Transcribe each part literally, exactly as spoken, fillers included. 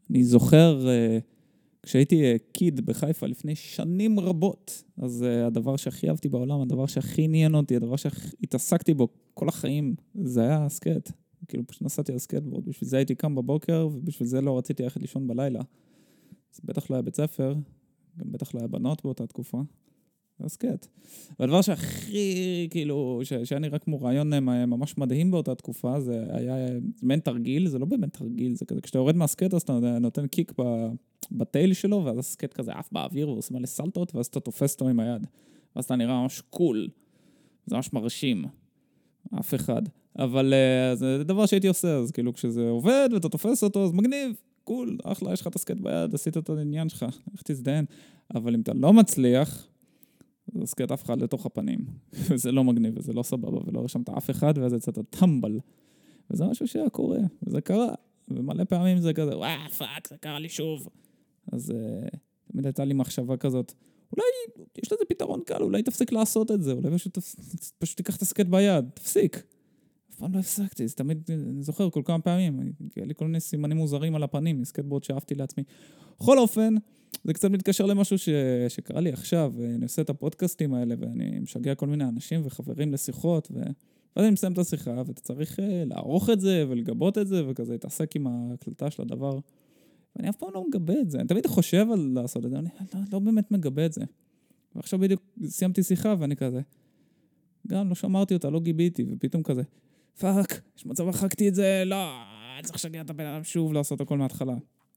אני זוכר, כשהייתי קיד בחיפה לפני שנים רבות, אז הדבר שהכי אהבתי בעולם, הדבר שהכי עניין אותי, הדבר שהתעסקתי בו כל החיים, זה היה הסקט. כאילו פשוט נסעתי על סקטבורד, בשביל זה הייתי קם בבוקר, ובשביל זה לא רציתי ללכת לישון בלילה. אז בטח לא היה בית ספר, גם בטח לא היה בנות באותה תקופה. זה הסקט. והדבר שהכי, כאילו, שהיה נראה כמו רעיון ממש מדהים באותה תקופה, זה היה מעין תרגיל, זה לא באמת תרגיל, זה כזה, כשאתה יורד מהסקט, אז אתה נותן קיק בטייל שלו, ואז הסקט כזה עף באוויר, ועושים עלי סלטות, ואז אתה תופס אותו עם היד. ואז אתה נראה ממש קול. זה ממש מרשים. אף אחד. אבל זה דבר שהייתי עושה, אז כאילו, כשזה עובד, ואתה תופס אותו, אז מגניב. קול, אחלה, יש לך את הסקט ביד, עשית את העניין שלך, איך תזדהן. אבל אם אתה לא מצליח, אז הסקט אף אחד לתוך הפנים. וזה לא מגניב, וזה לא סבבה, ולא רשמת אף אחד, ואז יצאת טמבל. וזה משהו שהיה קורה, וזה קרה. ומלא פעמים זה כזה, וואה, פאק, זה קרה לי שוב. אז uh, תמיד הייתה לי מחשבה כזאת, אולי יש לזה פתרון קל, אולי תפסיק לעשות את זה, אולי פשוט, פשוט תיקח את הסקט ביד, תפסיק. אף פעם לא הפסקתי, זה תמיד, אני זוכר כל כמה פעמים, היה לי כל מיני סימנים מוזרים על הפנים, סקטבורד שאהבתי לעצמי. בכל אופן, זה קצת מתקשר למשהו ש... שקרה לי עכשיו, ואני עושה את הפודקאסטים האלה, ואני משגע כל מיני אנשים וחברים לשיחות, ו... ואז אני מסיים את השיחה, ואתה צריך לערוך את זה, ולגבות את זה, וכזה להתעסק עם ההקלטה של הדבר. ואני אף פעם לא מגבה את זה, אני תמיד חושב על לעשות את זה, אני לא, לא באמת מגבה את זה. ועכשיו בדיוק סיימתי שיחה, ואני כזה, גם לא שמרתי אותה, לא גיביתי, ופתאום כזה, פאק, יש מצב החקתי את זה, לא, אני צריך לשגע את הבן אדם שוב לעשות הכל מההתחלה.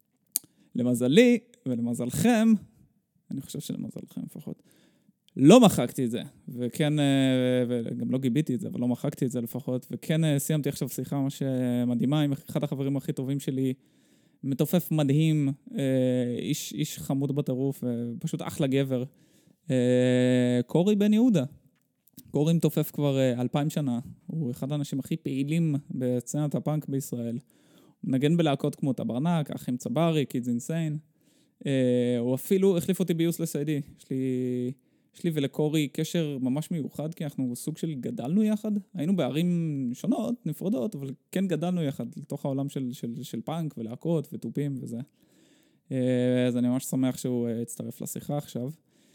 למזלי, ולמזלכם, אני חושב שלמזלכם לפחות, לא מחקתי את זה, וכן, וגם לא גיביתי את זה, אבל לא מחקתי את זה לפחות, וכן סיימתי עכשיו שיחה ממש מדהימה עם אחד החברים הכי טובים שלי, מתופף מדהים, איש, איש חמוד בטירוף, פשוט אחלה גבר, קורי בן יהודה. קורי מתופף כבר אלפיים שנה, הוא אחד האנשים הכי פעילים בסצנת הפאנק בישראל, הוא מנגן בלהקות כמו טברנק, אחים צברי, קידס אינסיין, הוא אפילו החליף אותי ביוסלס איי די, יש לי... יש לי ולקורי קשר ממש מיוחד, כי אנחנו סוג של גדלנו יחד. היינו בערים שונות, נפרדות, אבל כן גדלנו יחד לתוך העולם של, של, של פאנק ולהקות וטופים וזה. אז אני ממש שמח שהוא הצטרף לשיחה עכשיו.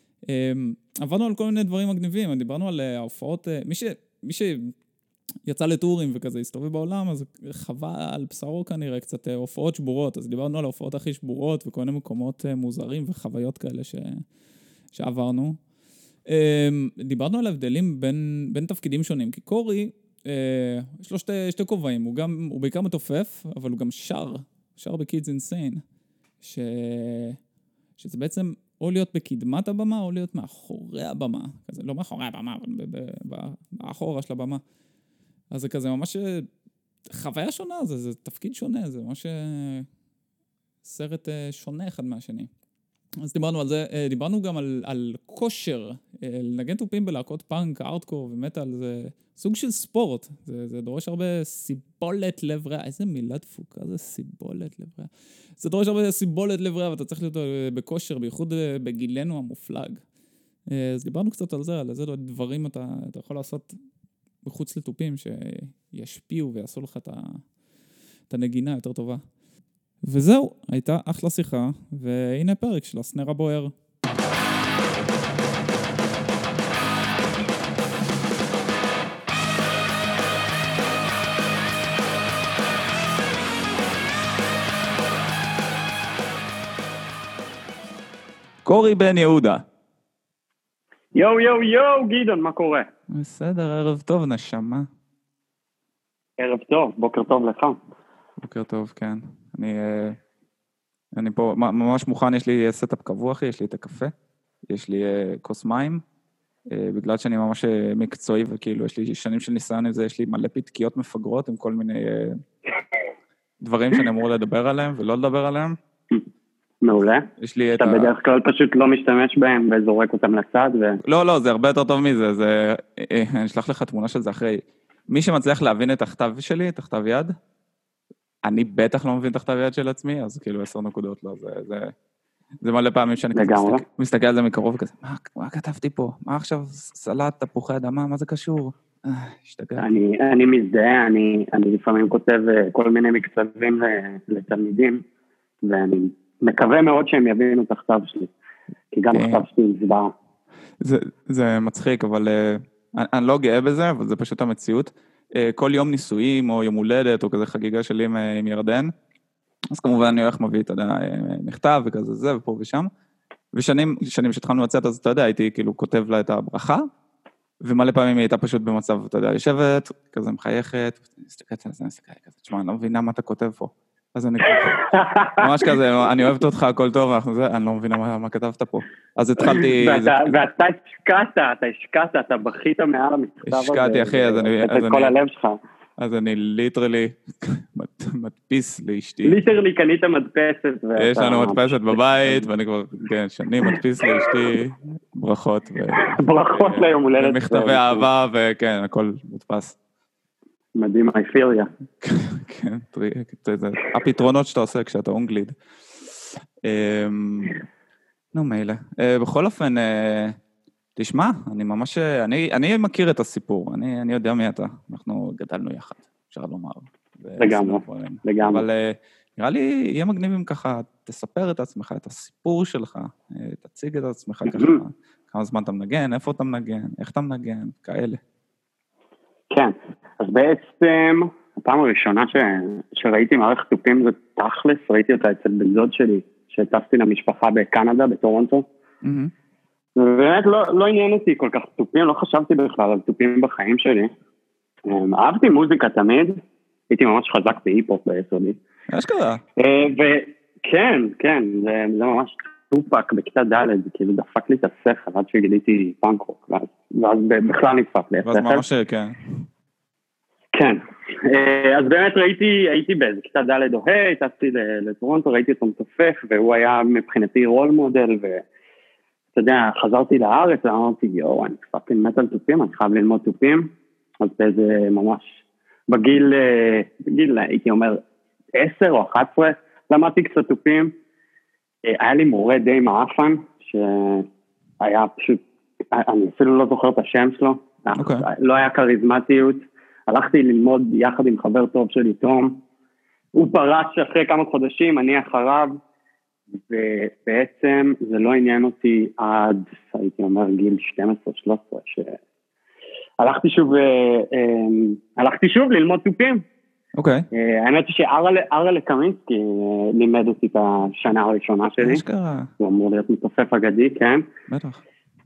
עברנו על כל מיני דברים מגניבים, דיברנו על ההופעות, מי, ש, מי שיצא לטורים וכזה הסתובב בעולם, אז חווה על בשרו כנראה קצת הופעות שבורות, אז דיברנו על ההופעות הכי שבורות וכל מיני מקומות מוזרים וחוויות כאלה ש, שעברנו. דיברנו על הבדלים בין, בין תפקידים שונים, כי קורי, יש לו שתי, שתי כובעים, הוא גם, הוא בעיקר מתופף, אבל הוא גם שר, שר בקידס אינסיין, ש, שזה בעצם או להיות בקדמת הבמה, או להיות מאחורי הבמה, כזה, לא מאחורי הבמה, אבל באחורה של הבמה. אז זה כזה ממש חוויה שונה, זה, זה תפקיד שונה, זה ממש סרט שונה אחד מהשני. אז דיברנו על זה, דיברנו גם על, על כושר, לנגן טופים בלהקות פאנק, ארטקור ומטל, זה סוג של ספורט, זה, זה דורש הרבה סיבולת לב ריאה, איזה מילה דפוקה, זה סיבולת לב ריאה, זה דורש הרבה סיבולת לב ריאה, ואתה צריך להיות בכושר, בייחוד בגילנו המופלג. אז דיברנו קצת על זה, על איזה דברים אתה, אתה יכול לעשות מחוץ לטופים, שישפיעו ויעשו לך את, ה, את הנגינה יותר טובה. וזהו, הייתה אחלה שיחה, והנה פרק של הסנר הבוער. קורי בן יהודה. יו יו יו גדעון, מה קורה? בסדר, ערב טוב נשמה. ערב טוב, בוקר טוב לך. בוקר טוב, כן. אני, אני פה ממש מוכן, יש לי סטאפ קבוע אחי, יש לי את הקפה, יש לי כוס מים, בגלל שאני ממש מקצועי וכאילו יש לי שנים של ניסיון עם זה, יש לי מלא פתקיות מפגרות עם כל מיני דברים שאני אמור לדבר עליהם ולא לדבר עליהם. מעולה. יש לי את אתה ה... בדרך כלל פשוט לא משתמש בהם וזורק אותם לצד ו... לא, לא, זה הרבה יותר טוב מזה, זה... אני אשלח לך תמונה של זה אחרי. מי שמצליח להבין את הכתב שלי, את הכתב יד, אני בטח לא מבין את הכתב יד של עצמי, אז כאילו עשר נקודות לא, זה, זה, זה מלא פעמים שאני מסתכל, מסתכל על זה מקרוב וכזה, מה, מה כתבתי פה? מה עכשיו סלט, תפוחי אדמה, מה זה קשור? השתגע. אני, אני מזדהה, אני, אני לפעמים כותב כל מיני מקצבים לתלמידים, ואני מקווה מאוד שהם יבינו את הכתב שלי, כי גם הכתב שלי זוועה. זה, זה מצחיק, אבל uh, אני לא גאה בזה, אבל זה פשוט המציאות. Uh, כל יום נישואים או יום הולדת או כזה חגיגה שלי עם, עם ירדן, אז כמובן אני הולך מביא, אתה יודע, מכתב וכזה זה ופה ושם, ושנים, שנים שהתחלנו לצאת, אז אתה יודע, הייתי כאילו כותב לה את הברכה, ומלא פעמים היא הייתה פשוט במצב, אתה יודע, יושבת, כזה מחייכת, מסתכלת על זה, מסתכלת כזה, תשמע, אני לא מבינה מה אתה כותב פה. אז אני ממש כזה, אני אוהבת אותך, הכל טוב, אני לא מבינה מה, מה כתבת פה. אז התחלתי... ואתה השקעת, אתה השקעת, אתה בכית מעל המכתב הזה. השקעתי, אחי, אז אני... את כל הלב שלך. אז אני ליטרלי מדפיס לאשתי. ליטרלי קנית מדפסת. יש לנו מדפסת בבית, ואני כבר, כן, שנים מדפיס לאשתי, ברכות. ברכות ליום הולדת. מכתבי אהבה, וכן, הכל מודפס. מדהים, I feel ya. כן, הפתרונות שאתה עושה כשאתה אונגליד. נו, מילא. בכל אופן, תשמע, אני ממש, אני, אני מכיר את הסיפור, אני, אני יודע מי אתה, אנחנו גדלנו יחד, אפשר לומר. לגמרי, לגמרי. אבל נראה לי, יהיה מגניב אם ככה, תספר את עצמך, את הסיפור שלך, תציג את עצמך ככה, כמה זמן אתה מנגן, איפה אתה מנגן, איך אתה מנגן, כאלה. כן, אז בעצם, הפעם הראשונה ש... שראיתי מערכת תופים זה תכלס, ראיתי אותה אצל בן דוד שלי, שטסתי למשפחה בקנדה, בטורונטו, mm-hmm. ובאמת לא, לא עניין אותי כל כך תופים, לא חשבתי בכלל על תופים בחיים שלי. אהבתי מוזיקה תמיד, הייתי ממש חזק בהיפ-הופ ביסודי. מה שקרה? וכן, כן, זה, זה ממש טופק בכיתה ד', זה כאילו דפק לי את השכל, עד שגיליתי פאנק-רוק, ואז, ואז בכלל נדפק לי השכל. ואז ממש, כן. כן, אז באמת ראיתי, הייתי באיזה כיתה ד' או ה', טסתי לטורונטו, ראיתי אותו מתופף, והוא היה מבחינתי רול מודל, ו... אתה יודע, חזרתי לארץ, ואמרתי, יואו, אני פאקינג מת על תופים, אני חייב ללמוד תופים, אז באיזה ממש, בגיל, בגיל, הייתי אומר, עשר או אחת עשרה, למדתי קצת תופים, היה לי מורה די מעפן, שהיה פשוט, אני אפילו לא זוכר את השם שלו, okay. לא היה קריזמטיות, הלכתי ללמוד יחד עם חבר טוב שלי, תום, הוא פרש אחרי כמה חודשים, אני אחריו, ובעצם זה לא עניין אותי עד, הייתי אומר, גיל שתים עשרה שלוש עשרה, שהלכתי שוב, הלכתי שוב ללמוד תופים. אוקיי. האמת היא שארלה קמינסקי לימד אותי את השנה הראשונה שלי. מה שקרה? הוא אמור להיות מתופף אגדי, כן. בטח.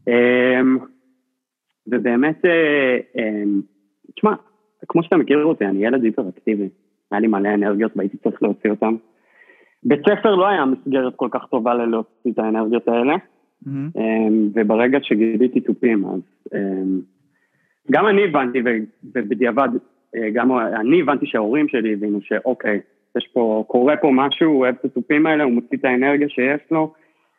ובאמת, תשמע, כמו שאתה מכיר אותי, אני ילד היפראקטיבי. היה לי מלא אנרגיות והייתי צריך להוציא אותם. בית ספר לא היה מסגרת כל כך טובה ללהוציא את האנרגיות האלה, mm-hmm. וברגע שגיליתי תופים, אז גם אני הבנתי, ובדיעבד, גם אני הבנתי שההורים שלי הבינו שאוקיי, יש פה, קורה פה משהו, הוא אוהב את התופים האלה, הוא מוציא את האנרגיה שיש לו,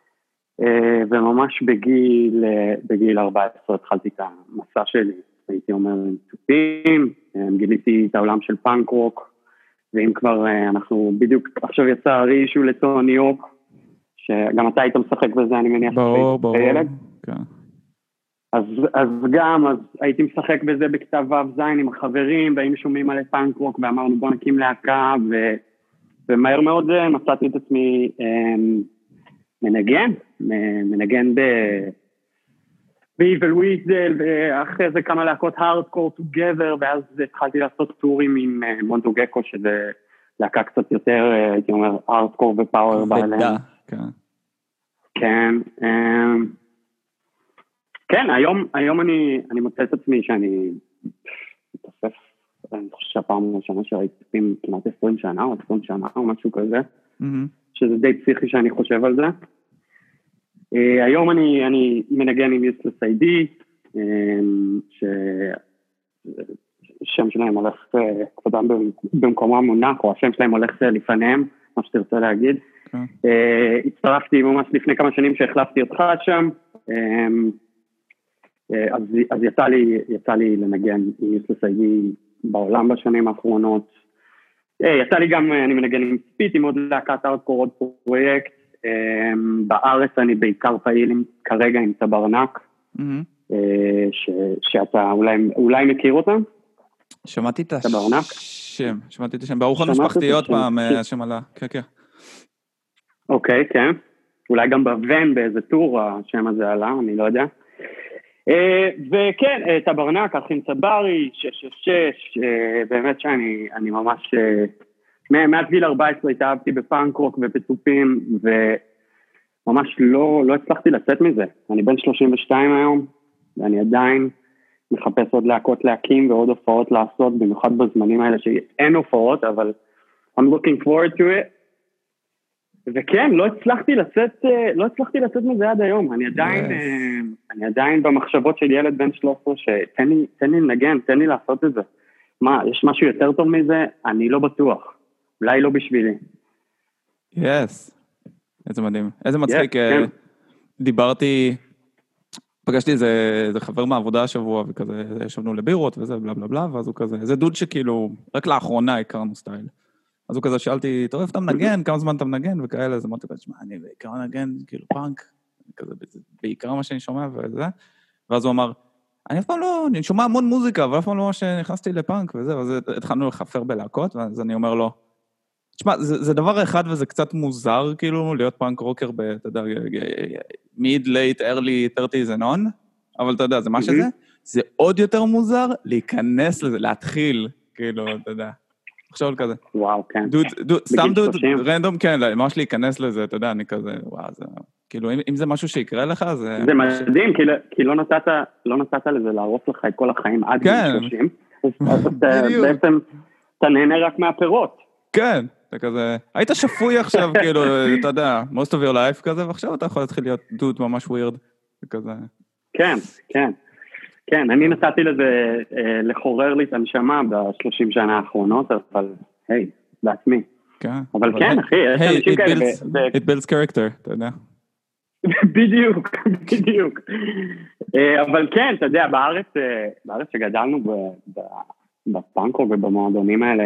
וממש בגיל, בגיל ארבע עשרה התחלתי את המסע שלי, הייתי אומר עם תופים, גיליתי את העולם של פאנק רוק, ואם כבר אנחנו בדיוק, עכשיו יצא רישו לטוני יוק, שגם אתה היית משחק בזה, אני מניח ברור, ברור, כן. אז, אז גם, אז הייתי משחק בזה בכתב ו' זין עם החברים, והיינו שומעים על פאנק רוק, ואמרנו בוא נקים להקה, ו, ומהר מאוד מצאתי את עצמי מנגן, מנגן ב... ב-Evil Weasel, ואחרי זה כמה להקות Hardcore Together, ואז התחלתי לעשות טורים עם מונטו גקו, שזה להקה קצת יותר, הייתי אומר, Hardcore ופאוור בעליהם. כן. כן. כן, היום, היום אני, אני מוצא את עצמי שאני מתאסף, אני חושב שהפעם הראשונה שראיתי כמעט עשרים שנה, או עשרים שנה, או משהו כזה, שזה די פסיכי שאני חושב על זה. Uh, היום אני, אני מנגן עם יוסלס איי די, um, שהשם שלהם הולך uh, כבודם במקומם מונח, או השם שלהם הולך uh, לפניהם, מה שתרצה להגיד. Okay. Uh, הצטרפתי ממש לפני כמה שנים שהחלפתי אותך שם, um, uh, אז, אז יצא לי, יצא לי לנגן עם יוסלס איי די בעולם בשנים האחרונות. Uh, יצא לי גם, uh, אני מנגן עם ספיט, עם עוד להקת ארטקור, עוד פרויקט, בארץ אני בעיקר פעיל כרגע עם טברנק, שאתה אולי מכיר אותם? שמעתי את השם, שמעתי את השם, ברוך המשפחתיות פעם, השם עלה, כן, כן. אוקיי, כן. אולי גם בוון באיזה טור השם הזה עלה, אני לא יודע. וכן, טברנק, אחים צברי, שש שש שש, באמת שאני אני ממש, מעט גיל ארבע עשרה התאהבתי בפאנק רוק ובתופים, וממש לא, לא הצלחתי לצאת מזה. אני בן שלושים ושתיים היום, ואני עדיין מחפש עוד להקות להקים ועוד הופעות לעשות, במיוחד בזמנים האלה שאין הופעות, אבל I'm looking forward to it. וכן, לא הצלחתי לצאת, לא הצלחתי לצאת מזה עד היום. אני עדיין, yes. אני עדיין במחשבות של ילד בן שלוש עשרה, שתן לי, תן לי לנגן, תן לי לעשות את זה. מה, יש משהו יותר טוב מזה? אני לא בטוח. אולי לא בשבילי. Yes. איזה מדהים. איזה מצחיק. Yes, כן. דיברתי, פגשתי איזה, איזה חבר מהעבודה השבוע, וכזה, ישבנו לבירות וזה, בלה בלה בלה, ואז הוא כזה, איזה דוד שכאילו, רק לאחרונה הכרנו סטייל. אז הוא כזה שאלתי, טוב, איפה אתה מנגן? כמה זמן אתה מנגן? וכאלה, אז אמרתי, תשמע, אני בעיקר מנגן, כאילו, פאנק, כזה, בעיקר מה שאני שומע וזה. ואז הוא אמר, אני אף פעם לא, אני שומע המון מוזיקה, אבל אף פעם לא מה שנכנסתי לפאנק וזה, ואז התחלנו לחפר בלהקות, ואז אני אומר לו, תשמע, זה, זה דבר אחד וזה קצת מוזר, כאילו, להיות פאנק רוקר ב, אתה יודע, mid, late, early, thirties and on, אבל אתה יודע, זה מה שזה, זה עוד יותר מוזר להיכנס לזה, להתחיל, כאילו, אתה יודע. עכשיו על כזה. וואו, כן. דוד, דוד, סתם דוד, רנדום, כן, ממש להיכנס לזה, אתה יודע, אני כזה, וואו, זה, כאילו, אם, אם זה משהו שיקרה לך, זה... זה מדהים, כי, כי לא נתת, לא נתת לזה להרוס לך את כל החיים עד גיל שלושים, אז אתה בעצם, אתה נהנה רק מהפירות. כן, אתה כזה, היית שפוי עכשיו, כאילו, אתה יודע, most of your life כזה, ועכשיו אתה יכול להתחיל להיות דוד ממש weird, כזה. כן, כן. כן, אני נתתי לזה לחורר לי את הנשמה ב-שלושים שנה האחרונות, אבל היי, בעצמי. אבל כן, אחי, יש אנשים כאלה... It builds character, אתה יודע. בדיוק, בדיוק. אבל כן, אתה יודע, בארץ, בארץ שגדלנו בפאנקו ובמועדונים האלה,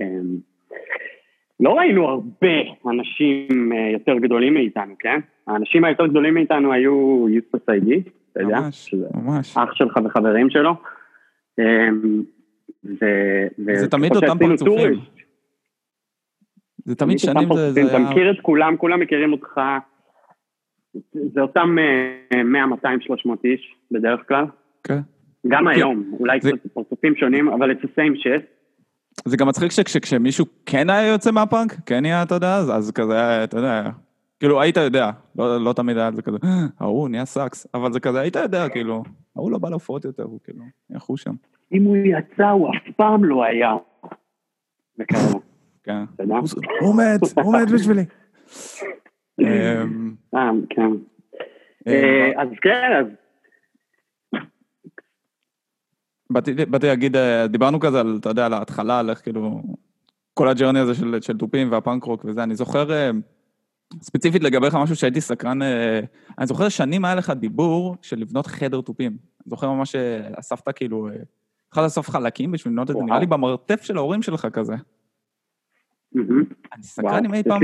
לא ראינו הרבה אנשים יותר גדולים מאיתנו, כן? האנשים היותר גדולים מאיתנו היו יוסף סיידי, אתה יודע, ממש. אח שלך וחברים שלו. זה תמיד אותם פרצופים. זה תמיד שנים זה היה... אתה מכיר את כולם, כולם מכירים אותך, זה אותם מאה, מאתיים, שלוש מאות איש בדרך כלל. כן. גם היום, אולי קצת פרצופים שונים, אבל it's the same shit. זה גם מצחיק שכשמישהו כן היה יוצא מהפאנק, כן היה, אתה יודע, אז כזה, אתה יודע, כאילו, היית יודע, לא, לא תמיד היה זה כזה, ההוא נהיה סאקס, אבל זה כזה, היית יודע, כאילו, ההוא לא בא להופעות יותר, הוא כאילו, יחו שם. אם הוא יצא, הוא אף פעם לא היה. וכאלה. כן. אתה יודע? הוא מת, הוא מת בשבילי. אה, כן. אז כן, אז... באתי להגיד, דיברנו כזה על, אתה יודע, על ההתחלה, על איך כאילו, כל הג'רני הזה של, של טופים והפאנק רוק וזה, אני זוכר, ספציפית לגבי לך משהו שהייתי סקרן, אני זוכר שנים היה לך דיבור של לבנות חדר טופים. אני זוכר ממש שאספת כאילו, אחד אסף חלקים בשביל לבנות את זה, נראה לי במרתף של ההורים שלך כזה. אני סקרן אם אי פעם...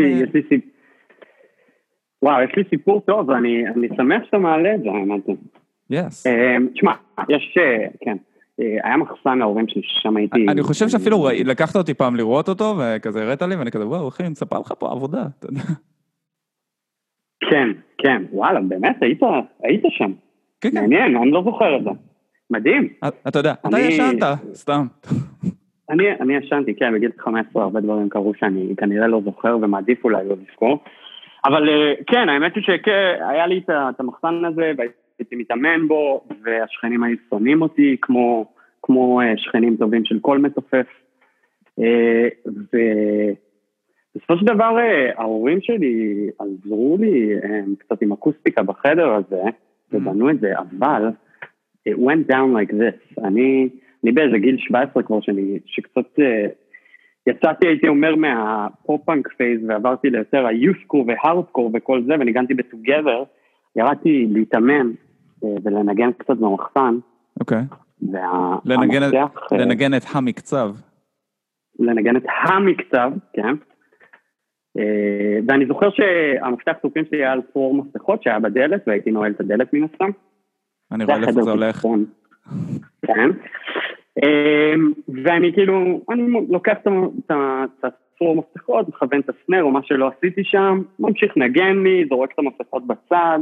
וואו, יש לי סיפור טוב, אני שמח שאתה מעלה את זה, האמת. יס. תשמע, יש, כן. היה מחסן להורים שלי, ששם הייתי... אני חושב שאפילו לקחת אותי פעם לראות אותו, וכזה הראת לי, ואני כזה, וואו, אחי, אני מצפה לך פה עבודה, אתה יודע. כן, כן, וואלה, באמת, היית שם. כן, כן. מעניין, אני לא זוכר את זה. מדהים. אתה יודע, אתה ישנת, סתם. אני ישנתי, כן, בגיל חמש עשרה, הרבה דברים קרו שאני כנראה לא זוכר, ומעדיף אולי לא לזכור. אבל כן, האמת היא שהיה לי את המחסן הזה, הייתי מתאמן בו, והשכנים היו שונאים אותי, כמו, כמו שכנים טובים של כל מתופף. ובסופו של דבר, ההורים שלי עזרו לי קצת עם אקוסטיקה בחדר הזה, ובנו את זה, אבל it went down like this. אני, אני באיזה גיל שבע עשרה כבר, שאני, שקצת יצאתי, הייתי אומר, מהפופ-פאנק פייז, ועברתי ליותר היוסקור והארדקור וכל זה, וניגנתי בטוגבר, ירדתי להתאמן, ולנגן קצת במחסן. אוקיי. לנגן את המקצב. לנגן את המקצב, כן. ואני זוכר שהמפתח טופים שלי היה על צרור מפתחות, שהיה בדלת, והייתי נועל את הדלת מן הסתם. אני רואה לאיפה זה הולך. כן. ואני כאילו, אני לוקח את עצור מפתחות, מכוון את הסנר או מה שלא עשיתי שם, ממשיך נגן לי, זורק את המפתחות בצד,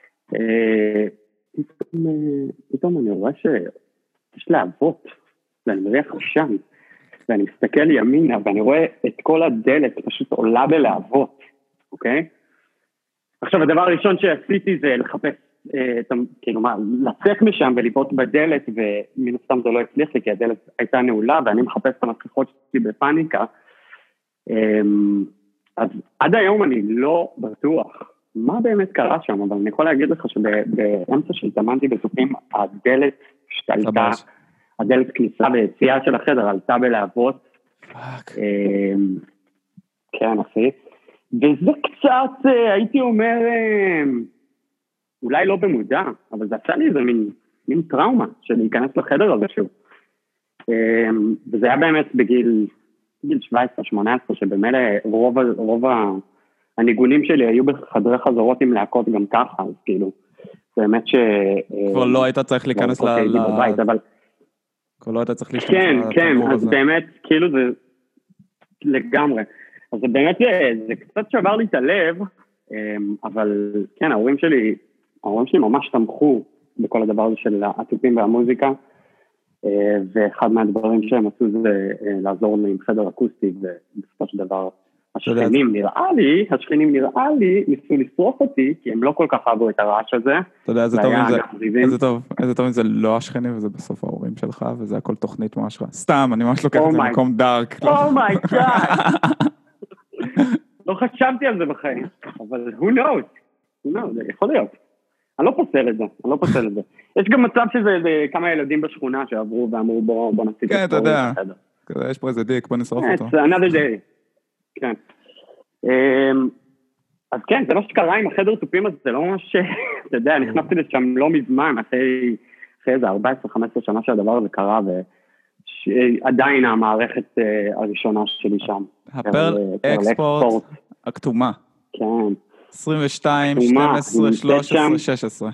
פתאום, פתאום אני רואה שיש להבות, ואני מריח עשן, ואני מסתכל ימינה, ואני רואה את כל הדלת פשוט עולה בלהבות, אוקיי? עכשיו, הדבר הראשון שעשיתי זה לחפש, כאילו מה, לצאת משם ולבעוט בדלת, ומן הסתם זה לא הצליח לי, כי הדלת הייתה נעולה, ואני מחפש את המפתחות שלי בפאניקה. אז עד היום אני לא בטוח מה באמת קרה שם, אבל אני יכול להגיד לך שבאמצע שהתאמנתי בתופים, הדלת השתלטה, הדלת כניסה ויציאה של החדר עלתה בלהבות. כן, אחי. וזה קצת, הייתי אומר, אולי לא במודע, אבל זה עשה לי איזה מין, מין טראומה של להיכנס לחדר הזה שוב. וזה היה באמת בגיל, בגיל שבע עשרה שמונה עשרה, שבאמת רוב, רוב הניגונים שלי היו בחדרי חזרות עם להקות גם ככה, אז כאילו, באמת ש... כבר לא היית צריך להיכנס ל... בבית, אבל... כבר לא היית צריך להיכנס כן, כן, אז באמת, כאילו זה לגמרי. אז זה באמת, זה קצת שבר לי את הלב, אבל כן, ההורים שלי, ההורים שלי ממש תמכו בכל הדבר הזה של התופים והמוזיקה, ואחד מהדברים שהם עשו זה לעזור לי עם חדר אקוסטי, ובסופו של דבר השכנים נראה לי, השכנים נראה לי, ניסו לשרוף אותי, כי הם לא כל כך אהבו את הרעש הזה. אתה יודע, איזה טוב אם זה, איזה טוב, איזה טוב אם זה לא השכנים, וזה בסוף ההורים שלך, וזה הכל תוכנית ממש רע. סתם, אני ממש לוקח את זה למקום דארק. אומייגאד! לא חשבתי על זה בחיים, אבל who knows? who knows, זה יכול להיות. אני לא פוסל את זה, אני לא פוסל את זה. יש גם מצב שזה כמה ילדים בשכונה שעברו ואמרו בוא נציג כן, אתה יודע, יש פה איזה דיק, בוא נשרוף אותו. It's another day. כן. אז כן, זה לא שקרה עם החדר תופים הזה, זה לא ממש, אתה יודע, נכנסתי לשם לא מזמן, אחרי איזה ארבע עשרה חמש עשרה שנה שהדבר הזה קרה, ועדיין המערכת הראשונה שלי שם. הפרל אקספורט הכתומה. כן. עשרים ושתיים, שתים עשרה, שלוש עשרה, שש עשרה.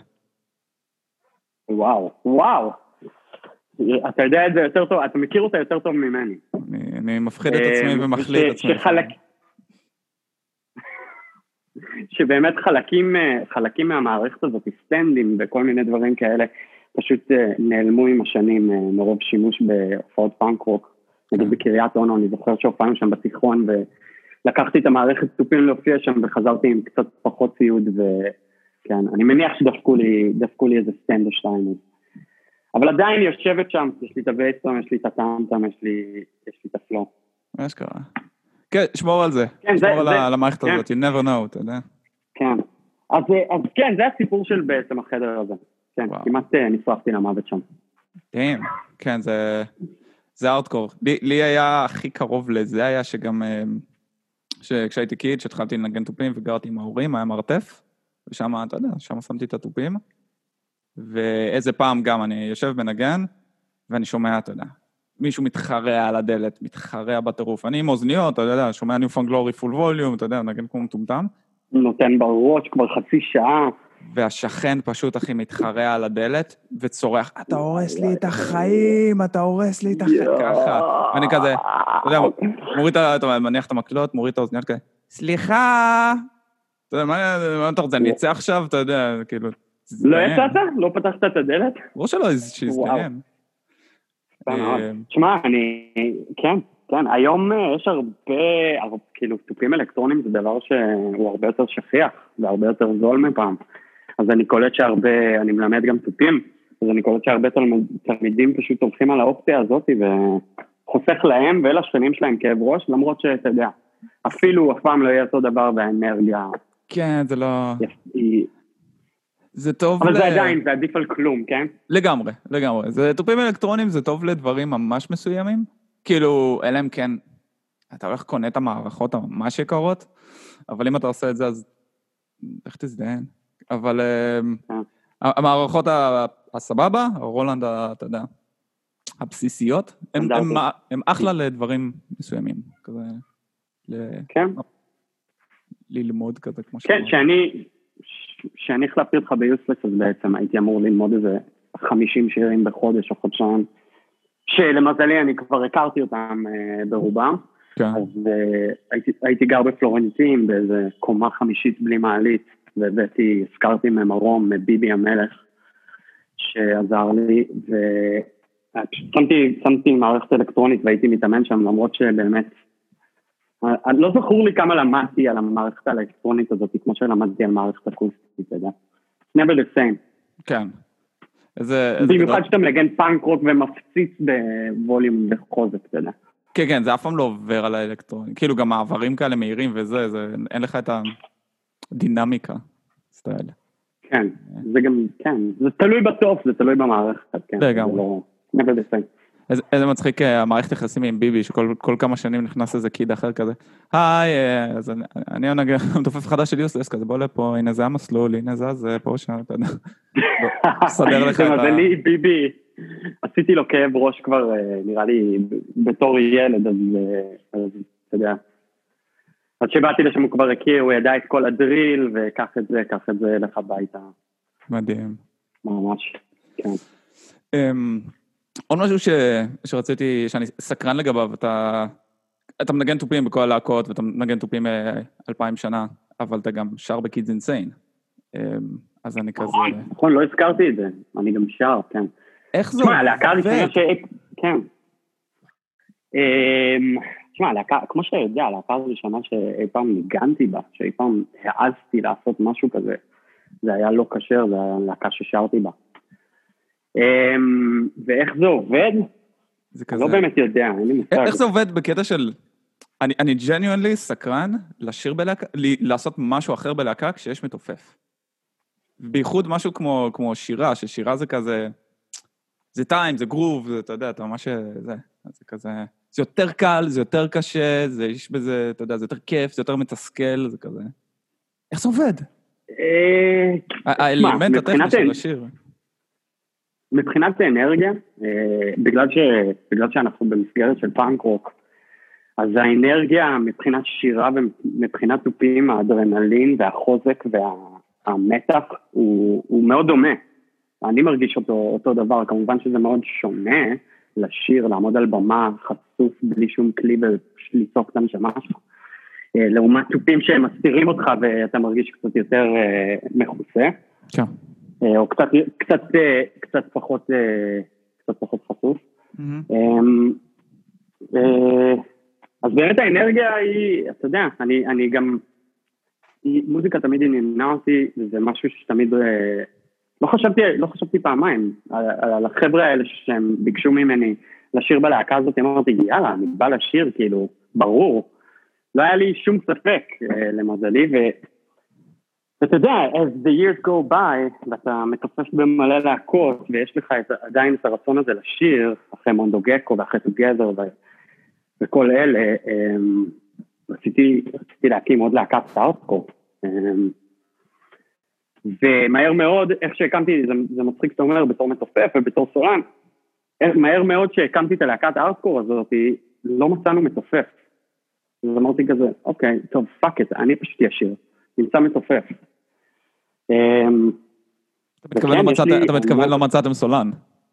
וואו, וואו. אתה יודע את זה יותר טוב, אתה מכיר אותה יותר טוב ממני. אני מפחיד את עצמי ומחליט את עצמי. שבאמת חלקים, חלקים מהמערכת הזאת, סטנדים וכל מיני דברים כאלה, פשוט נעלמו עם השנים מרוב שימוש בהופעות פאנק רוק. נגיד בקריית אונו, אני זוכר שהופענו שם בתיכון, ולקחתי את המערכת תופים להופיע שם, וחזרתי עם קצת פחות ציוד, וכן, אני מניח שדפקו לי, דפקו לי איזה סטנד או שתיים. אבל עדיין יושבת שם, יש לי את הבייסטרם, יש לי את הטאנטם, יש לי, יש לי את הפלו. מה שקרה? כן, שמור על זה. כן, שמור זה, על, זה, על המערכת כן. הזאת, you never know, אתה יודע? כן. אז, אז כן, זה הסיפור של בעצם החדר הזה. כן, וואו. כמעט נשרפתי למוות שם. דיים, כן, זה, זה ארטקור. לי, לי היה הכי קרוב לזה, היה שגם, כשהייתי קיד, שהתחלתי לנגן טופים וגרתי עם ההורים, היה מרתף, ושם, אתה יודע, שם שמתי את הטופים, ואיזה פעם גם אני יושב בנגן, ואני שומע, אתה יודע, מישהו מתחרע על הדלת, מתחרע בטירוף. אני עם אוזניות, אתה יודע, שומע Newfound Glory full volume, אתה יודע, נגן כמו מטומטם. נותן בראש כבר חצי שעה. והשכן פשוט הכי מתחרע על הדלת, וצורח, אתה הורס לי את החיים, אתה הורס לי את החיים, ככה. ואני כזה, אתה יודע, מוריד, אתה מניח את המקלות, מוריד את האוזניות כזה, סליחה, אתה יודע, מה אתה רוצה, אני אצא עכשיו, אתה יודע, כאילו, לא יצאת? לא פתחת את הדלת? ברור שלא, שיזדיין. תשמע, אני, כן, כן, היום יש הרבה, כאילו, טופים אלקטרונים זה דבר שהוא הרבה יותר שכיח, זה הרבה יותר זול מפעם. אז אני קולט שהרבה, אני מלמד גם טופים, אז אני קולט שהרבה תלמידים פשוט הולכים על האופציה הזאת, וחוסך להם ולשכנים שלהם כאב ראש, למרות שאתה יודע, אפילו אף פעם לא יהיה אותו דבר והאנרגיה. כן, זה לא... זה טוב אבל ל... זה עדיין, זה עדיף על כלום, כן? לגמרי, לגמרי. זה טופים אלקטרונים, זה טוב לדברים ממש מסוימים. כאילו, אלה הם כן, אתה הולך קונה את המערכות הממש יקרות, אבל אם אתה עושה את זה, אז איך תזדהן? אבל yeah. המערכות הסבבה, הרולנד, אתה יודע, הבסיסיות, הם, הם, הם אחלה לדברים מסוימים. כזה, כן. ל... ללמוד כזה, כמו כן, שאני... שאני החלפתי אותך ביוסלס, אז בעצם הייתי אמור ללמוד איזה חמישים שירים בחודש או חודשיים, שלמזלי אני כבר הכרתי אותם ברובם, כן. אז uh, הייתי, הייתי גר בפלורנטין, באיזה קומה חמישית בלי מעלית, והבאתי, הזכרתי ממרום, מביבי המלך, שעזר לי, ושמתי שמתי מערכת אלקטרונית והייתי מתאמן שם, למרות שבאמת, לא זכור לי כמה למדתי על המערכת האלקטרונית הזאת, כמו שלמדתי על מערכת אקוסטית, אתה יודע. never the same. כן. במיוחד שאתה מנגן פאנק רוק ומפציץ בווליום וחוזק, אתה יודע. כן, כן, זה אף פעם לא עובר על האלקטרוני. כאילו גם מעברים כאלה מהירים וזה, זה, אין לך את הדינמיקה. סטייל. כן, זה גם, כן, זה תלוי בסוף, זה תלוי במערכת, כן. לגמרי. לא, never the same. איזה, איזה מצחיק, המערכת יחסים עם ביבי, שכל כל כמה שנים נכנס איזה קיד אחר כזה. היי, אז אני, אני עונג, מתופף חדש של יוסלס כזה, בוא לפה, הנה זה המסלול, הנה זה, זה פה שם, אתה יודע. סדר לך את ה... אני, ביבי, עשיתי לו כאב ראש כבר, נראה לי, בתור ילד, אז, אז אתה יודע. אז שבאתי לשם הוא כבר הכיר, הוא ידע את כל הדריל, וקח את זה, קח את זה לך הביתה. מדהים. ממש, כן. עוד משהו ש... שרציתי, שאני סקרן לגביו, אתה, אתה מנגן טופים בכל הלהקות, ואתה מנגן טופים אלפיים שנה, אבל אתה גם שר בקידס אינסיין. אז אני כזה... נכון, לא הזכרתי את זה, אני גם שר, כן. איך זה? תשמע, הלהקה הראשונה ש... כן. תשמע, הלהקה, כמו שאתה יודע, הלהקה הראשונה שאי פעם ניגנתי בה, שאי פעם העזתי לעשות משהו כזה, זה היה לא קשר, זה היה להקה ששרתי בה. ואיך זה עובד? זה כזה... לא באמת יודע, אין לי מושג. איך זה עובד בקטע של... אני, אני genuinely סקרן לשיר בלהקה, לעשות משהו אחר בלהקה כשיש מתופף. בייחוד משהו כמו, כמו שירה, ששירה זה כזה... זה טיים, זה גרוב, זה, אתה יודע, אתה ממש... זה, זה כזה... זה יותר קל, זה יותר קשה, זה יש בזה, אתה יודע, זה יותר כיף, זה יותר מתסכל, זה כזה... איך זה עובד? האלמנט הטכני של השיר. מבחינת האנרגיה, בגלל, ש, בגלל שאנחנו במסגרת של פאנק רוק, אז האנרגיה מבחינת שירה ומבחינת טופים, האדרנלין והחוזק והמתח הוא, הוא מאוד דומה. אני מרגיש אותו, אותו דבר, כמובן שזה מאוד שונה לשיר, לעמוד על במה חשוף בלי שום כלי ולצעוק את הנשמה שלך. לעומת טופים שהם מסתירים אותך ואתה מרגיש קצת יותר מכוסה. כן. או קצת, קצת, קצת פחות, קצת פחות חשוף. אז באמת האנרגיה היא, אתה יודע, אני, אני גם, מוזיקה תמיד עניינה אותי, וזה משהו שתמיד, לא חשבתי, לא חשבתי פעמיים, על החבר'ה האלה שהם ביקשו ממני לשיר בלהקה הזאת, אמרתי, יאללה, אני בא לשיר, כאילו, ברור. לא היה לי שום ספק, למזלי, ו... ואתה יודע, as the years go by, ואתה מתופף במלא להקות, ויש לך את, עדיין את הרצון הזה לשיר, אחרי מונדוגקו ואחרי טוגדר ו... וכל אלה, um, רציתי, רציתי להקים עוד להקת סארטקור. Um, ומהר מאוד, איך שהקמתי, זה, זה מצחיק שאתה אומר, בתור מתופף ובתור סולן, מהר מאוד שהקמתי את הלהקת הארטקור הזאת, לא מצאנו מתופף. אז אמרתי כזה, אוקיי, טוב, פאק את, אני פשוט ישיר, נמצא מתופף. אתה מתכוון לא מצאתם סולן?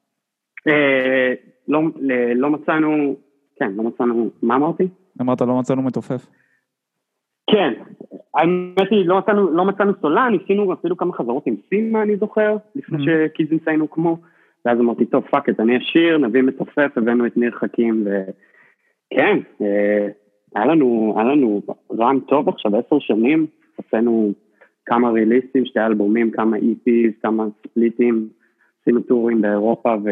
לא מצאנו, כן, לא מצאנו, מה אמרתי? אמרת לא מצאנו מתופף. כן, האמת היא, לא מצאנו סולן, ניסינו אפילו כמה חזרות עם סימה, אני זוכר, לפני שקידס אינסיין הוקמו, ואז אמרתי, טוב, פאק את, אני ישיר, נביא מתופף, הבאנו את ניר חכים, וכן, היה לנו, היה לנו רן טוב עכשיו, עשר שנים, עשינו כמה ריליסטים, שתי אלבומים, כמה אי פיז, כמה ספליטים, עשינו טורים באירופה, ו...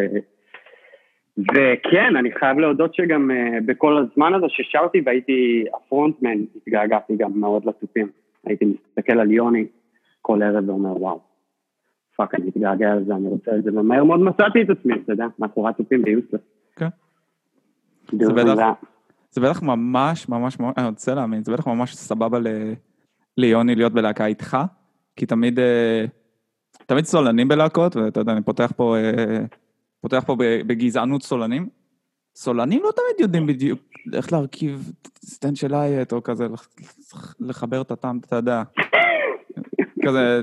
וכן, אני חייב להודות שגם uh, בכל הזמן הזה ששרתי והייתי הפרונטמן, התגעגעתי גם מאוד לטופים. הייתי מסתכל על יוני כל ערב ואומר, וואו, פאק, אני מתגעגע על זה, אני רוצה את זה, ומהר מאוד מצאתי את עצמי, אתה יודע, מאחורי הטופים ביוסלס. כן. זה בטח... זה בטח ממש, ממש, אני רוצה להאמין, זה בטח ממש סבבה ליוני להיות בלהקה איתך, כי תמיד, תמיד סולנים בלהקות, ואתה יודע, אני פותח פה, פותח פה בגזענות סולנים. סולנים לא תמיד יודעים בדיוק איך להרכיב סטנד של אייט, או כזה, לחבר את הטעם, אתה יודע. כזה,